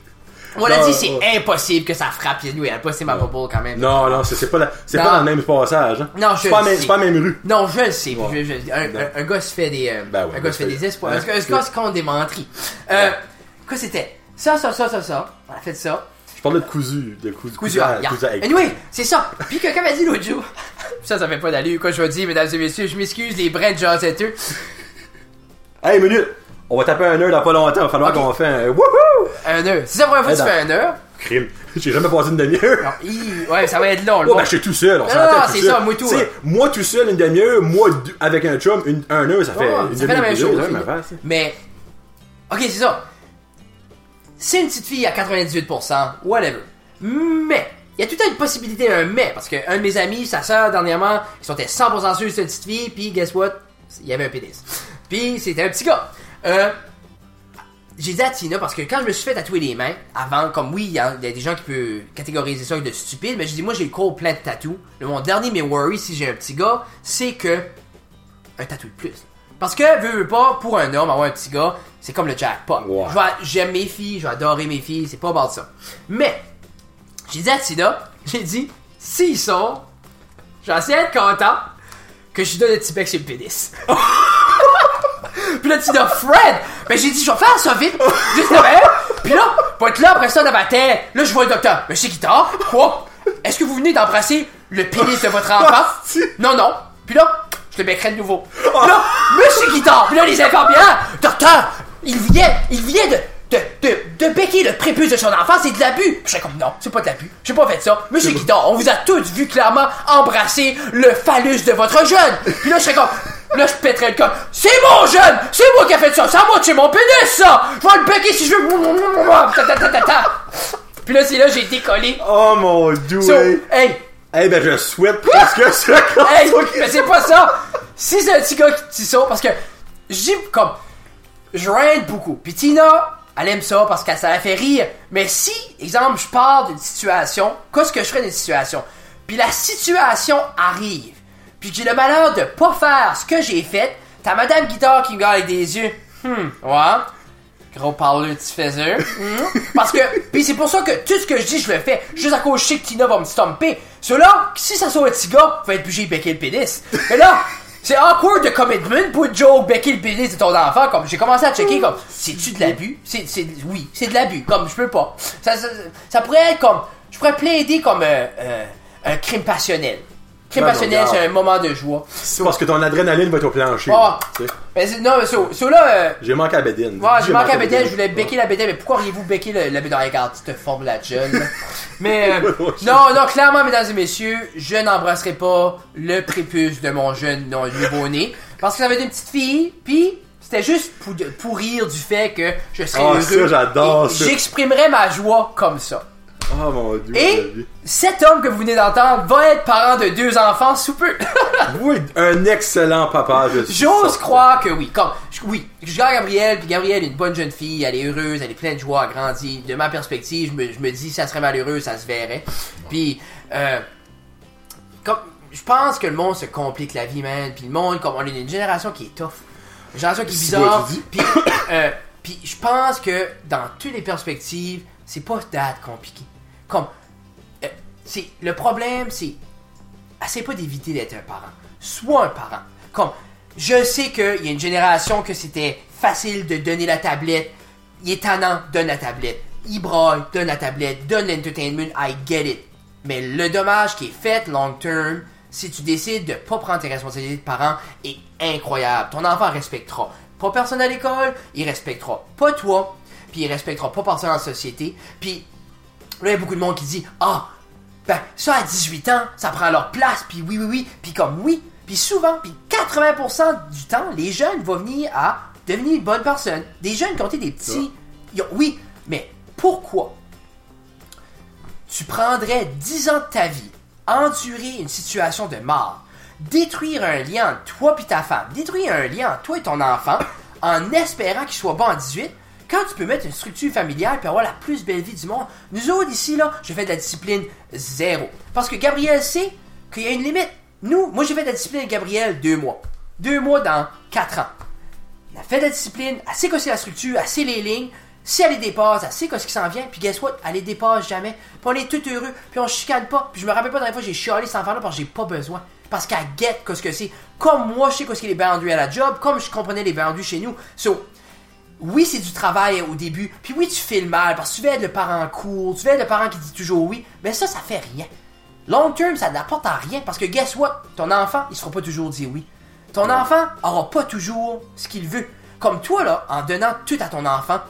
On l'a dit, c'est ouais. impossible que ça frappe. Nous, elle a pas c'est ma bubble quand même. Non, non, c'est, c'est pas, la, c'est pas dans le même passage. Hein. Non, je c'est pas, même, c'est pas la même rue. Non, je le sais. Ouais. Je, je, un, un, un gars se fait des, euh, ben ouais, un gars se fait des espoirs. Un gars se compte des menteries. Euh, quoi c'était? Ça, ça, ça, ça, ça. On a fait ça. Je parlais de cousu, de cousu. Cousu, ah, yeah. Anyway, c'est ça. Puis quelqu'un m'a dit l'autre jour. Ça, ça fait pas d'allure. Quoi, je vais dire, mesdames et messieurs, je m'excuse, les brins de jaseteux. Hey, minute! On va taper un heure dans pas longtemps. Il va falloir okay. qu'on fasse un wouhou! Un heure. C'est la première fois que tu fais un heure. Crime. J'ai jamais passé une demi-heure. Non, hi, ouais, ça va être long. Le oh, ben, je suis tout seul. On non, non, c'est seul. Ça, moi tout. Hein. Moi tout seul, une demi-heure. Moi, avec un chum, une, un heure, ça fait oh, une ça fait la même chose. Deux, mais, mais, ok, c'est ça. C'est une petite fille à quatre-vingt-dix-huit pour cent, whatever. Mais, il y a tout le temps une possibilité d'un mais. Parce qu'un de mes amis, sa soeur, dernièrement, ils sont cent pour cent sûrs que c'est une petite fille. Puis, guess what? Il y avait un pénis. Puis, c'était un petit gars. Euh. J'ai dit à Tina, parce que quand je me suis fait tatouer les mains, avant, comme oui, il y, y a des gens qui peuvent catégoriser ça de stupide, mais j'ai dit, moi j'ai le corps plein de tatous. Mon dernier mes worry, si j'ai un petit gars, c'est que un tatou de plus. Parce que, veux, veux pas, pour un homme, avoir un petit gars, c'est comme le jackpot. Wow. Je vais, j'aime mes filles, je vais adorer mes filles, c'est pas bas de ça. Mais, j'ai dit à Tina, j'ai dit, s'ils sont, j'ai essayé d'être content que je lui donne le petit bec sur le pénis. Puis là, tu dis, Fred! Ben, j'ai dit, je vais faire ça vite. Juste là, puis là, pour être là après ça dans ma tête, là, je vois le docteur. Mais c'est guitare. Quoi? Est-ce que vous venez d'embrasser le pénis de votre enfant? Non, non. Puis là, je le becquerai de nouveau. Puis là, monsieur guitare. Puis là, les infirmières, docteur, il vient, il vient de, de, de, de becquer le prépuce de son enfant, c'est de l'abus. Puis je suis comme, non, c'est pas de l'abus. J'ai pas fait ça. Monsieur guitare, on vous a tous vu clairement embrasser le phallus de votre jeune. Puis là, je serais comme, là, je pèterais le corps. C'est mon jeune! C'est moi qui a fait ça! C'est à moi de chez mon pénis, ça! Je vais le becquer si je veux! Puis là, c'est là j'ai décollé. Oh mon dieu! So, hey! Hey, ben je souhaite presque ça! Hey! Mais c'est pas ça! Si c'est un petit gars qui dit ça, parce que je dis comme, je râle beaucoup. Puis Tina, elle aime ça parce que ça la fait rire. Mais si, exemple, je pars d'une situation, qu'est-ce que je ferais d'une situation? Puis la situation arrive. Puis j'ai le malheur de pas faire ce que j'ai fait. T'as Madame Guitare qui me regarde avec des yeux. Hmm, ouais. Gros parleur de faiseur. Hmm. Parce que, pis c'est pour ça que tout ce que je dis, je le fais. Juste à cause je sais que Tina va me stomper. Cela, si ça soit un petit gars, va être obligé de becquer le pénis. Mais là, c'est awkward de commitment pour Joe becquer le pénis de ton enfant. Comme j'ai commencé à checker comme, c'est-tu de l'abus? C'est, c'est, oui, c'est de l'abus. Comme je peux pas. Ça, ça, ça pourrait être comme, je pourrais plaider comme euh, euh, un crime passionnel. Crime non, passionnel, non, c'est un moment de joie. C'est parce que ton adrénaline va être au plancher. Oh, mais c'est, non, mais ça, so, là... Euh, j'ai manqué à Bédine. Ouais, j'ai, j'ai manqué à Bédine, je voulais becquer la Bédine, mais pourquoi auriez-vous becqué le, la Bédine? Regarde, tu te formes la jeune. Mais, euh, non, non, clairement, mesdames et messieurs, je n'embrasserai pas le prépuce de mon jeune non, nouveau-né, parce que ça va être une petite fille, puis c'était juste pour, pour rire du fait que je serais oh, heureux. Ça, j'adore ça. J'exprimerais ma joie comme ça. Oh mon dieu. Et cet homme que vous venez d'entendre va être parent de deux enfants sous peu. Oui, un excellent papa. Je J'ose croire que oui. Comme, je, oui, je regarde Gabrielle, puis Gabrielle est une bonne jeune fille, elle est heureuse, elle est pleine de joie, elle grandit. De ma perspective, je me, je me dis, si ça serait malheureux, ça se verrait. Puis, euh, comme, je pense que le monde se complique la vie, man. Puis le monde, comme on est une génération qui est tough, une génération qui est bizarre. Puis, euh, puis je pense que dans toutes les perspectives, c'est pas that compliqué. Comme, euh, c'est, le problème, c'est, essaie pas d'éviter d'être un parent. Sois un parent. Comme, je sais qu'il y a une génération que c'était facile de donner la tablette. Il est tannant, donne la tablette. Il braille, donne la tablette, donne l'entertainment, I get it. Mais le dommage qui est fait long term, si tu décides de pas prendre tes responsabilités de parent, est incroyable. Ton enfant respectera pas personne à l'école, il respectera pas toi, puis il respectera pas personne en société, puis là, il y a beaucoup de monde qui dit « Ah, ben, ça à dix-huit ans, ça prend leur place, puis oui, oui, oui, puis comme oui, puis souvent, puis quatre-vingts pour cent du temps, les jeunes vont venir à devenir une bonne personne. Des jeunes qui ont été des petits... Ont, oui, mais pourquoi tu prendrais dix ans de ta vie, endurer une situation de mort, détruire un lien entre toi et ta femme, détruire un lien entre toi et ton enfant, en espérant qu'il soit bon en dix-huit, quand tu peux mettre une structure familiale et avoir la plus belle vie du monde. Nous autres, ici, là, j'ai fait de la discipline zéro. Parce que Gabriel sait qu'il y a une limite. Nous, moi, j'ai fait de la discipline avec Gabriel deux mois. Deux mois dans quatre ans. Il a fait de la discipline, assez que c'est la structure, assez les lignes. Si elle les dépasse, elle sait qu'est-ce qui s'en vient, puis guess what, elle les dépasse jamais. Puis on est tout heureux, puis on chicane pas. Puis je me rappelle pas la dernière fois que j'ai chialé cet enfant-là parce que j'ai pas besoin. Parce qu'elle guette qu'est-ce que c'est. Comme moi, je sais qu'est-ce qu'il y a les boundaries à la job, comme je comprenais les boundaries chez nous. So, oui, c'est du travail au début, puis oui, tu fais le mal, parce que tu veux être le parent cool, tu veux être le parent qui dit toujours oui, mais ça, ça fait rien. Long term, ça n'apporte à rien, parce que guess what? Ton enfant, il se fera pas toujours dire oui. Ton ouais. enfant aura pas toujours ce qu'il veut. Comme toi, là, en donnant tout à ton enfant,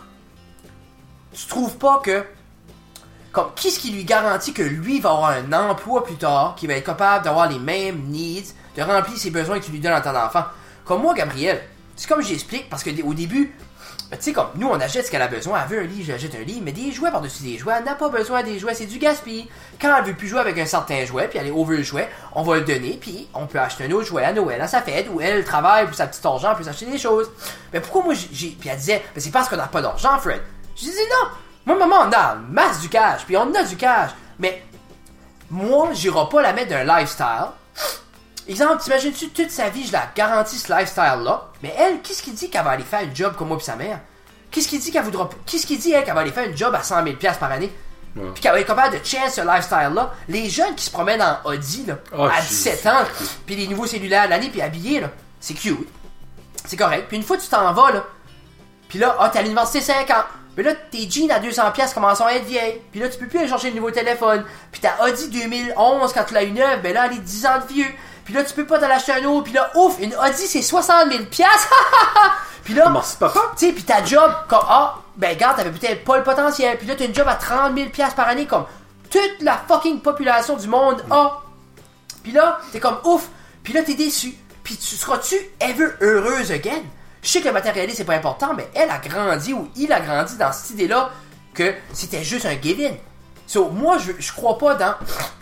tu trouves pas que... Comme, qu'est-ce qui lui garantit que lui va avoir un emploi plus tard, qui va être capable d'avoir les mêmes needs, de remplir ses besoins que tu lui donnes à ton enfant? Comme moi, Gabrielle, c'est comme j'explique, parce que au début, tu sais, comme nous, on achète ce qu'elle a besoin. Elle veut un lit, j'achète un lit, mais des jouets par-dessus des jouets. Elle n'a pas besoin des jouets, c'est du gaspille. Quand elle veut plus jouer avec un certain jouet, puis elle est over le jouet, on va le donner, puis on peut acheter un autre jouet à Noël, à sa fête, où elle travaille pour sa petite argent, puis s'acheter des choses. Mais pourquoi moi, j'ai... Puis elle disait, mais c'est parce qu'on n'a pas d'argent, Fred. Je disais, non, moi, maman, on a masse du cash, puis on a du cash. Mais moi, j'irai pas la mettre d'un lifestyle. Exemple, t'imagines-tu toute sa vie, je la garantis ce lifestyle-là, mais elle, qu'est-ce qui dit qu'elle va aller faire un job comme moi et sa mère? Qu'est-ce qui dit qu'elle voudra... Qu'est-ce qui dit, elle, qu'elle va aller faire un job à cent mille dollars par année? Ouais. Puis qu'elle va être capable de chance ce lifestyle-là. Les jeunes qui se promènent en Audi, là, oh, à dix-sept ans, puis les nouveaux cellulaires de l'année, puis habillés, là, c'est cute. C'est correct. Puis une fois, tu t'en vas, là, puis là, ah, t'es à l'université cinq ans. Mais là, tes jeans à deux cents dollars commencent à être vieilles. Puis là, tu peux plus aller chercher le nouveau téléphone. Puis ta Audi deux mille onze, quand tu l'as eu neuve, ben là, elle est dix ans de vieux. Puis là, tu peux pas t'en acheter un autre. Puis là, ouf, une Audi, c'est soixante mille dollars. Puis là, merci papa. Tu sais, puis ta job, comme, ah, ben regarde, t'avais peut-être pas le potentiel. Puis là, t'as une job à trente mille dollars par année, comme toute la fucking population du monde a. Puis là, t'es comme, ouf. Puis là, t'es déçu. Puis tu seras-tu ever heureuse again? Je sais que le matérialisme, c'est pas important, mais elle a grandi, ou il a grandi dans cette idée-là, que c'était juste un give-in. So, moi, je, je crois pas dans...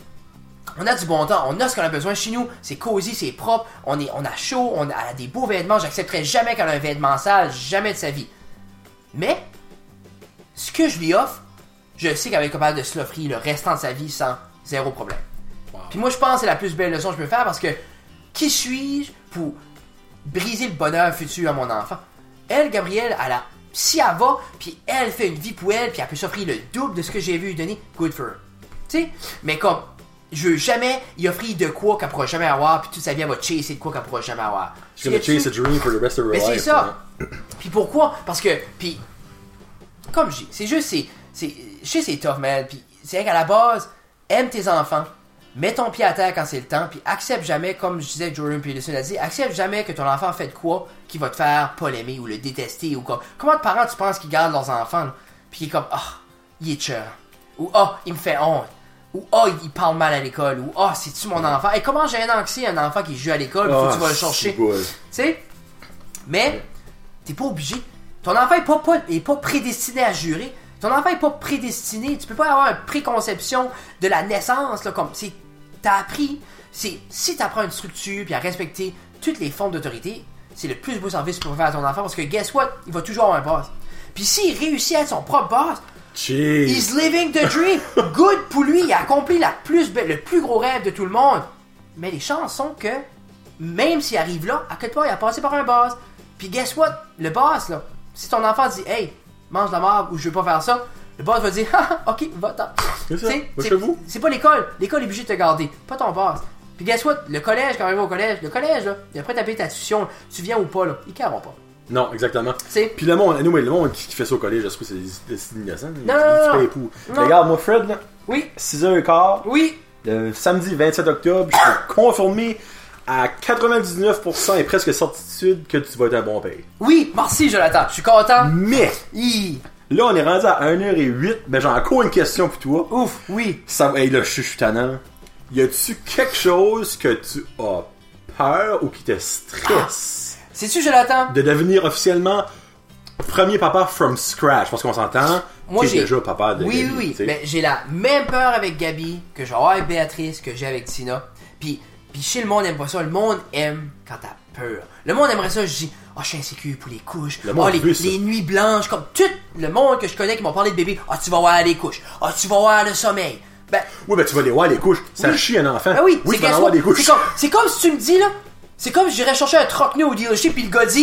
On a du bon temps, on a ce qu'on a besoin chez nous, c'est cosy, c'est propre, on, est, on a chaud, on a des beaux vêtements, j'accepterai jamais qu'elle a un vêtement sale, jamais de sa vie. Mais, ce que je lui offre, je sais qu'elle va être capable de se l'offrir le restant de sa vie sans zéro problème. Wow. Puis moi, je pense que c'est la plus belle leçon que je peux faire, parce que, qui suis-je pour briser le bonheur futur à mon enfant? Elle, Gabrielle, elle a, si elle va, puis elle fait une vie pour elle, puis elle peut s'offrir le double de ce que j'ai vu lui donner, good for her. Tu sais, mais comme... Je veux jamais y offrir de quoi qu'elle pourra jamais avoir, puis toute sa vie elle va chasser de quoi qu'elle pourra jamais avoir. She's gonna chase a dream for the rest of her life. Mais c'est ça. Puis pourquoi? Parce que, puis, comme je dis, c'est juste, c'est, c'est, je sais c'est tough, man. Puis c'est vrai qu'à la base, aime tes enfants, mets ton pied à terre quand c'est le temps, puis accepte jamais, comme je disais, Jordan Peterson a dit, accepte jamais que ton enfant fait de quoi qui va te faire pas l'aimer ou le détester ou quoi. Comment de parents tu penses qu'ils gardent leurs enfants, là, puis qui est comme, ah, oh, il est cher, ou ah, oh, il me fait honte. Ou « Ah, oh, il parle mal à l'école » ou « Ah, oh, c'est-tu mon enfant? » Et comment gênant que c'est un enfant qui joue à l'école, faut que oh, tu vas le chercher. Tu sais? Mais, t'es pas obligé. Ton enfant est pas, pas, est pas prédestiné à jurer. Ton enfant est pas prédestiné. Tu peux pas avoir une préconception de la naissance, là, comme, c'est, t'as appris, c'est, si t'apprends une structure puis à respecter toutes les formes d'autorité, c'est le plus beau service que tu peux faire à ton enfant parce que, guess what? Il va toujours avoir un boss. Puis s'il réussit à être son propre boss, Jeez. He's living the dream. Good pour lui. Il a accompli la plus be- le plus gros rêve de tout le monde. Mais les chances sont que, même s'il arrive là, à quelque part, il a passé par un boss. Puis guess what? Le boss, là, si ton enfant dit « Hey, mange la marde ou je veux pas faire ça », le boss va dire « Ah, ok, va-t'en. » C'est ça, va chez vous. C'est pas l'école. L'école est obligée de te garder. Pas ton boss. Puis guess what? Le collège, quand on arrive au collège, le collège, là, il est prêt à payer ta tuition. Tu viens ou pas, là, ils carreront pas. Non, exactement. T'sais? Puis le monde, nous, le monde qui fait ça au collège, je trouve que c'est des innocents. Non, non, non. non. Regarde, moi, Fred, là. Oui. six heures quinze. Oui. Le samedi vingt-sept octobre, je peux confirmer à quatre-vingt-dix-neuf pour cent et presque certitude que tu vas être un bon père. Oui, merci, Jonathan. Je suis content. Mais, Hi. là, on est rendu à une heure huit, mais j'ai encore une question pour toi. Ouf, oui. Ça, hey, là, je suis tannant. Y a-tu quelque chose que tu as peur ou qui te stresse? C'est-tu, Jonathan? De devenir officiellement premier papa from scratch, parce qu'on s'entend. Moi, j'ai déjà papa de oui, Gabi. Oui, oui, oui. Mais j'ai la même peur avec Gabi que j'ai avec Béatrice, que j'ai avec Tina. Puis, puis chez le monde aime pas ça. Le monde aime quand t'as peur. Le monde aimerait ça. Je dis, oh, je suis insécure pour les couches. Le monde oh, les, veut ça. les nuits blanches, comme tout le monde que je connais qui m'ont parlé de bébé. Ah, oh, tu vas voir les couches. Ah, oh, tu vas voir le sommeil. Ben, oui, ben tu vas les voir les couches. Ça oui. chie un enfant. Ben oui, oui tu vas avoir des couches. C'est comme, c'est comme si tu me dis, là, c'est comme si j'irais chercher un troc-nez au dealership puis le gars dit,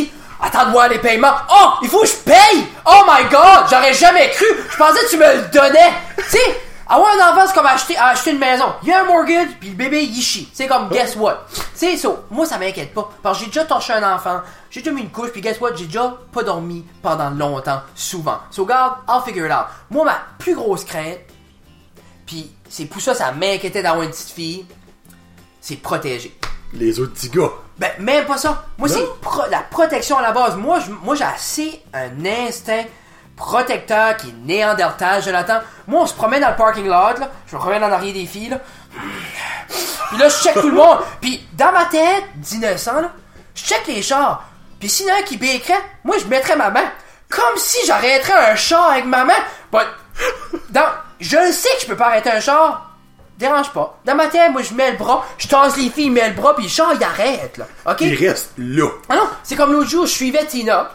attends de voir les paiements. Oh, il faut que je paye! Oh my god, j'aurais jamais cru! Je pensais que tu me le donnais! Tu sais, avoir un enfant, c'est comme acheter, acheter une maison. Il y a un mortgage, puis le bébé, il chie. C'est comme, guess what? Tu sais, so, moi, ça m'inquiète pas. Parce que j'ai déjà torché un enfant, j'ai déjà mis une couche, puis guess what? J'ai déjà pas dormi pendant longtemps, souvent. So, God, I'll figure it out. Moi, ma plus grosse crainte, puis c'est pour ça ça m'inquiétait d'avoir une petite fille, c'est protéger. Les autres petits gars. Ben, même pas ça. Moi, non. c'est pro- la protection à la base. Moi, je, moi, j'ai assez un instinct protecteur qui est néandertal, Jonathan. Moi, on se promène dans le parking lot, là. Je me promène en arrière des filles, là. Puis là, je check tout le monde. Puis, dans ma tête d'innocent, là, je check les chars. Puis, s'il y en a un qui béquerait, moi, je mettrais ma main. Comme si j'arrêterais un char avec ma main. But, dans, je le sais que je peux pas arrêter un char. Dérange pas. Dans ma tête, moi, je mets le bras, je tasse les filles, je mets le bras, puis le char, il arrête, là. OK? Il reste là. Ah non, c'est comme l'autre jour, je suivais Tina.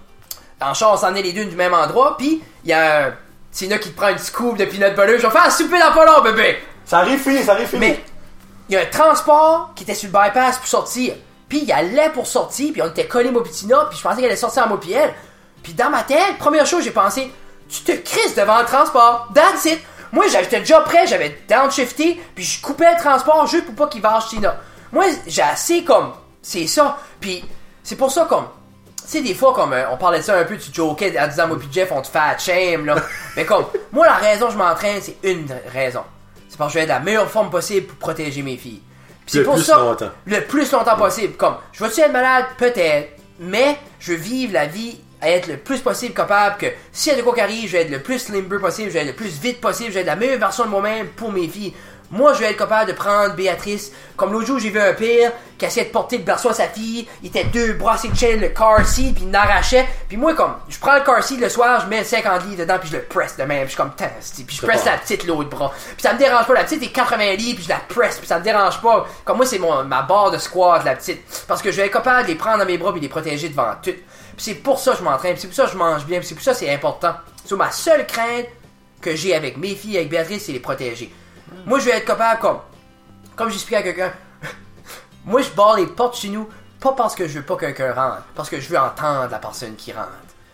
En char, on s'en est les deux du même endroit, puis il y a euh, Tina qui te prend une scoop de peanut butter. Je vais faire un souper dans pas long, bébé. Ça arrive fini, ça arrive fini. Mais, il y a un transport qui était sur le bypass pour sortir. Puis, il allait pour sortir, puis on était collés, moi, puis Tina, puis je pensais qu'elle allait sortir en moi, puis elle. Puis, dans ma tête, première chose, j'ai pensé, tu te crisses devant le transport. That's it. Moi, j'étais déjà prêt, j'avais downshifté, puis je coupais le transport juste pour pas qu'il vache Tina. Moi, j'ai assez comme... C'est ça. Puis, c'est pour ça comme... Tu sais, des fois, comme... Euh, on parlait de ça un peu, tu jokais en disant, moi puis Jeff, on te fait shame, là. Mais comme... Moi, la raison que je m'entraîne, c'est une raison. C'est parce que je vais être de la meilleure forme possible pour protéger mes filles. Puis c'est le pour plus ça... longtemps. Le plus longtemps possible. Comme, je vais-tu être malade? Peut-être. Mais, je veux vivre la vie... à être le plus possible capable que s'il y a de quoi qui arrive, je vais être le plus limber possible, je vais être le plus vite possible, je vais être la meilleure version de moi-même pour mes filles. Moi, je vais être capable de prendre Béatrice, comme l'autre jour, j'ai vu un père qui essayait de porter le berceau à sa fille, il était deux bras assez de chaîne, le car seat, puis il l'arrachait, puis moi, comme, je prends le car seat le soir, je mets cinquante livres dedans, puis je le presse de même, puis je suis comme, puis je presse la petite l'autre bras, puis ça me dérange pas, la petite est quatre-vingts livres, puis je la presse, puis ça me dérange pas, comme moi, c'est mon ma barre de squat, la petite, parce que je vais être capable de les prendre dans mes bras, puis les protéger devant tout. Puis c'est pour ça que je m'entraîne, puis c'est pour ça que je mange bien, puis c'est pour ça que c'est important. So, ma seule crainte que j'ai avec mes filles, avec Béatrice, c'est les protéger. Mm. Moi, je vais être capable, comme, comme j'explique à quelqu'un, moi, je barre les portes chez nous, pas parce que je veux pas que quelqu'un rentre, parce que je veux entendre la personne qui rentre.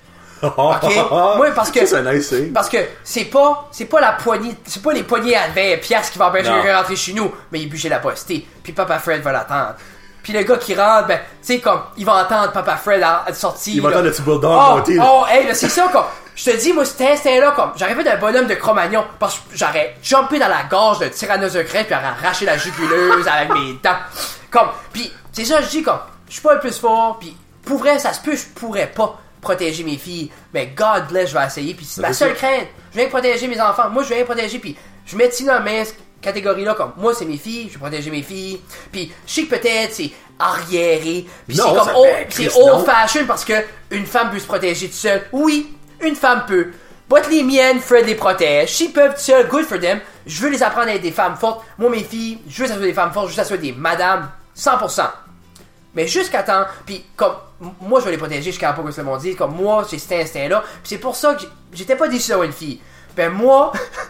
OK? Moi, parce que, c'est nice, hein? parce que c'est pas, c'est pas la poignée, c'est pas les poignées à vingt piastres qui vont empêcher quelqu'un de rentrer chez nous, mais il bûche la postée, puis Papa Fred va l'attendre. Puis le gars qui rentre, ben, tu sais, comme, il va entendre Papa Fred à, à sortir. Il va entendre le petit bulldog oh, monter. Oh, hey, là, c'est ça, comme, je te dis, moi, cet instinct-là, comme, j'arrivais d'un bonhomme de Cro-Magnon, parce que j'aurais jumpé dans la gorge d'un tyrannosaure puis j'aurais arraché la juguleuse avec mes dents. Comme, pis, c'est ça, je dis, comme, je suis pas le plus fort, pis, pour vrai, ça se peut, je pourrais pas protéger mes filles, mais God bless, je vais essayer, pis c'est ma seule crainte. Je viens protéger mes enfants, moi, je viens protéger, pis, je mets Tina mince catégorie-là, comme, moi, c'est mes filles, je vais protéger mes filles, pis, je sais que peut-être, c'est arriéré, pis c'est comme, oh, c'est old-fashioned parce que une femme peut se protéger toute seule. Oui, une femme peut. But les miennes, Fred les protège. S'ils peuvent tout seuls, good for them. Je veux les apprendre à être des femmes fortes. Moi, mes filles, je veux que ça soit des femmes fortes, je veux que ça soit des madames, cent pour cent. Mais jusqu'à temps, puis comme, moi, je vais les protéger jusqu'à pas que ce le monde dise, comme moi, j'ai cet instinct-là, pis c'est pour ça que j'étais pas déçu d'avoir une fille. Ben moi,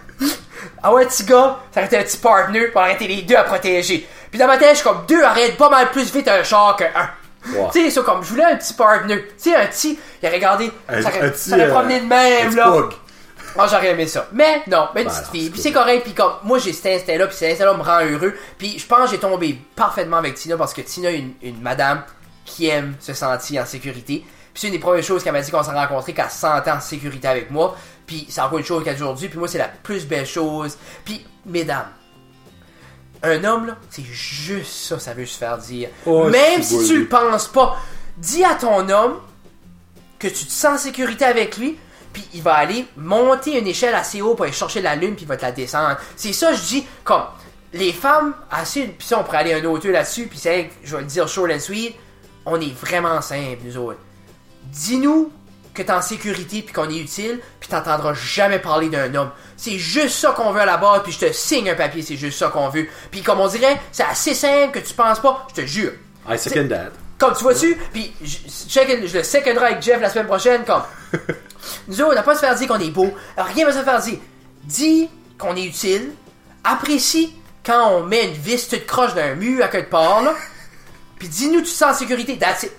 avoir un petit gars, ça aurait été un petit partner pour arrêter les deux à protéger. Puis dans ma tête, je suis comme, deux arrêtent pas mal plus vite un char que un. Wow. Tu sais, ça comme, je voulais un petit partner. Tu sais, un petit, il aurait regardé, un, ça aurait, ça aurait euh, promené de même, là. Oh, j'aurais aimé ça. Mais non, mais une petite fille. Puis c'est correct, puis comme, moi j'ai cet instinct-là, puis cet instinct-là me rend heureux. Puis je pense que j'ai tombé parfaitement avec Tina, parce que Tina est une, une madame qui aime se sentir en sécurité. Puis c'est une des premières choses qu'elle m'a dit qu'on s'est rencontrés, qu'elle se sentait en sécurité avec moi. Puis c'est encore une chose qu'elle a aujourd'hui, puis moi c'est la plus belle chose. Puis, mesdames, un homme, là, c'est juste ça, ça veut se faire dire. Oh, même si beau, tu lui. le penses pas, dis à ton homme que tu te sens en sécurité avec lui, puis il va aller monter une échelle assez haut pour aller chercher la lune, puis il va te la descendre. C'est ça, je dis, comme, les femmes, assez, puis ça, on pourrait aller un autre là-dessus, puis c'est, je vais le dire short and sweet, on est vraiment simple, nous autres. Dis-nous que t'es en sécurité puis qu'on est utile, puis t'entendras jamais parler d'un homme. C'est juste ça qu'on veut à la base, puis je te signe un papier, c'est juste ça qu'on veut. Puis comme on dirait, c'est assez simple que tu penses pas, je te jure. I second that. Comme tu vois-tu, puis je, je, je le seconderai avec Jeff la semaine prochaine, comme... Nous autres, on n'a pas à se faire dire qu'on est beau, rien va se faire dire. Dis qu'on est utile, apprécie quand on met une vis toute croche d'un mur à quelque part, là, puis dis-nous tu te sens en sécurité, that's it.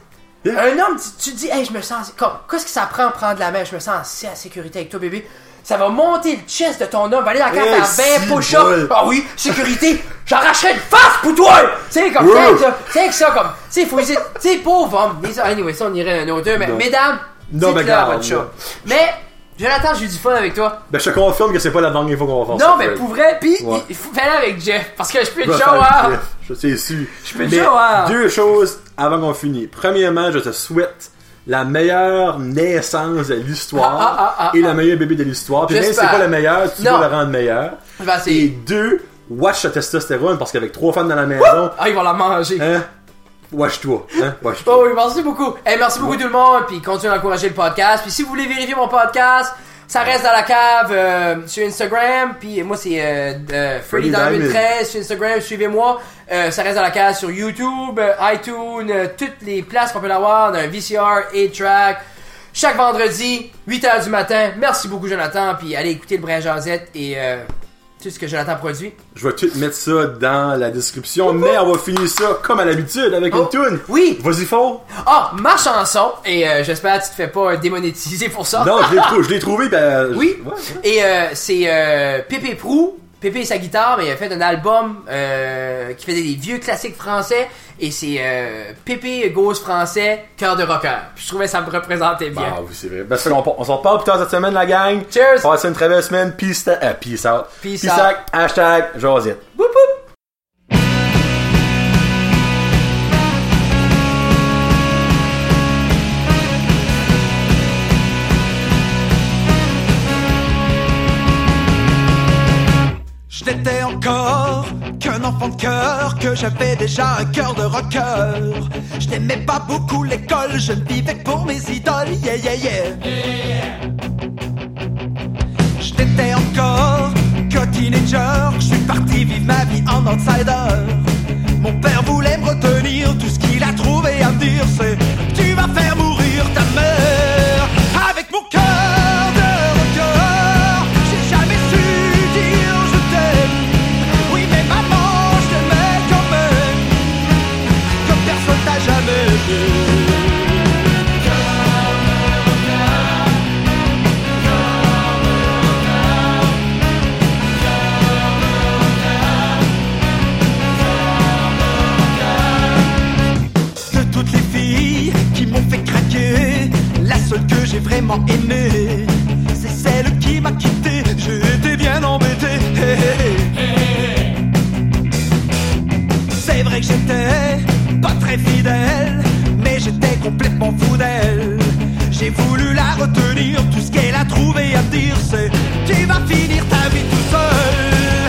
Yeah. Un homme, tu, tu te dis, hey, je me sens. Comme, qu'est-ce que ça prend prendre la main? Je me sens assez en sécurité avec toi, bébé. Ça va monter le chest de ton homme, va aller dans la cave hey, faire vingt si push-ups. Ah oui, sécurité, j'arracherais une face pour toi! C'est comme ça, c'est ça, c'est que ça, comme. Tu sais, faut essayer. Tu sais, pauvre homme. Les, anyway, ça, on irait un autre, mais non. mesdames, non, mais dites-le à votre non. chat. Mais, Jonathan, j'ai eu du fun avec toi. Ben, je te confirme que c'est pas la dernière fois qu'on va faire ça. Non, mais pour vrai, pis, ouais. il faut faire avec Jeff, parce que je peux Je te vais show faire off. Jeff, je sais su. Je peux te Mais show off. deux choses avant qu'on finisse. Premièrement, je te souhaite la meilleure naissance de l'histoire Ah, ah, ah, et ah. le meilleur bébé de l'histoire. Puis même si c'est J'espère. pas le meilleur, tu Non. vas le rendre meilleur. Je vais Et essayer. deux, watch ta testostérone parce qu'avec trois femmes dans la maison, Ah, ils vont la manger. hein, watch-toi, hein, watch-toi. Oh oui, merci beaucoup. Hey, merci beaucoup tout le monde, puis continuez à encourager le podcast. Puis si vous voulez vérifier mon podcast, ça reste dans la cave euh, sur Instagram. Puis moi c'est euh, euh, Freddy dans deux mille treize sur Instagram, suivez-moi. Euh, ça reste dans la cave sur YouTube, euh, iTunes, euh, toutes les places qu'on peut l'avoir, dans un V C R, eight track. Chaque vendredi, huit heures du matin. Merci beaucoup Jonathan, puis allez écouter le Brin Jazette et euh, tout ce que Jonathan produit. Je vais tout mettre ça dans la description, mais on va finir ça comme à l'habitude avec Oh, une toune. oui. Vas-y fort. Ah, ma chanson, et euh, j'espère que tu te fais pas démonétiser pour ça. Non, je l'ai trou- je l'ai trouvé, ben. Oui. Ouais, ouais. Et euh, c'est euh, Pépé Prou. Pépé et sa guitare, mais il a fait un album euh, qui faisait des vieux classiques français. Et c'est euh, Pépé Gauze français, cœur de rocker. Puis je trouvais que ça me représentait bien. Ah oui, c'est vrai. Ben, ça, on, on s'en reparle plus tard cette semaine, la gang. Cheers! Passez une très belle semaine. Peace, ta- euh, peace out. Peace Peace out. out. Hashtag Josette. Boop boop! Je n'étais encore qu'un enfant de cœur, que j'avais déjà un cœur de rocker. Je n'aimais pas beaucoup l'école, je ne vivais que pour mes idoles, yeah yeah yeah. Je n'étais encore qu'un teenager, je suis parti vivre ma vie en outsider. Mon père voulait me retenir, tout ce qu'il a trouvé à me dire c'est tu vas faire mourir ta mère. Avec mon cœur de rocker, j'ai jamais su dire je t'aime. Oui mais maman, je t'aimais quand même, comme personne t'a jamais vu. Toutes les filles qui m'ont fait craquer, la seule que j'ai vraiment aimée, c'est celle qui m'a quitté. J'ai été bien embêté. C'est vrai que j'étais pas très fidèle, mais j'étais complètement fou d'elle. J'ai voulu la retenir, tout ce qu'elle a trouvé à me dire c'est tu vas finir ta vie tout seul.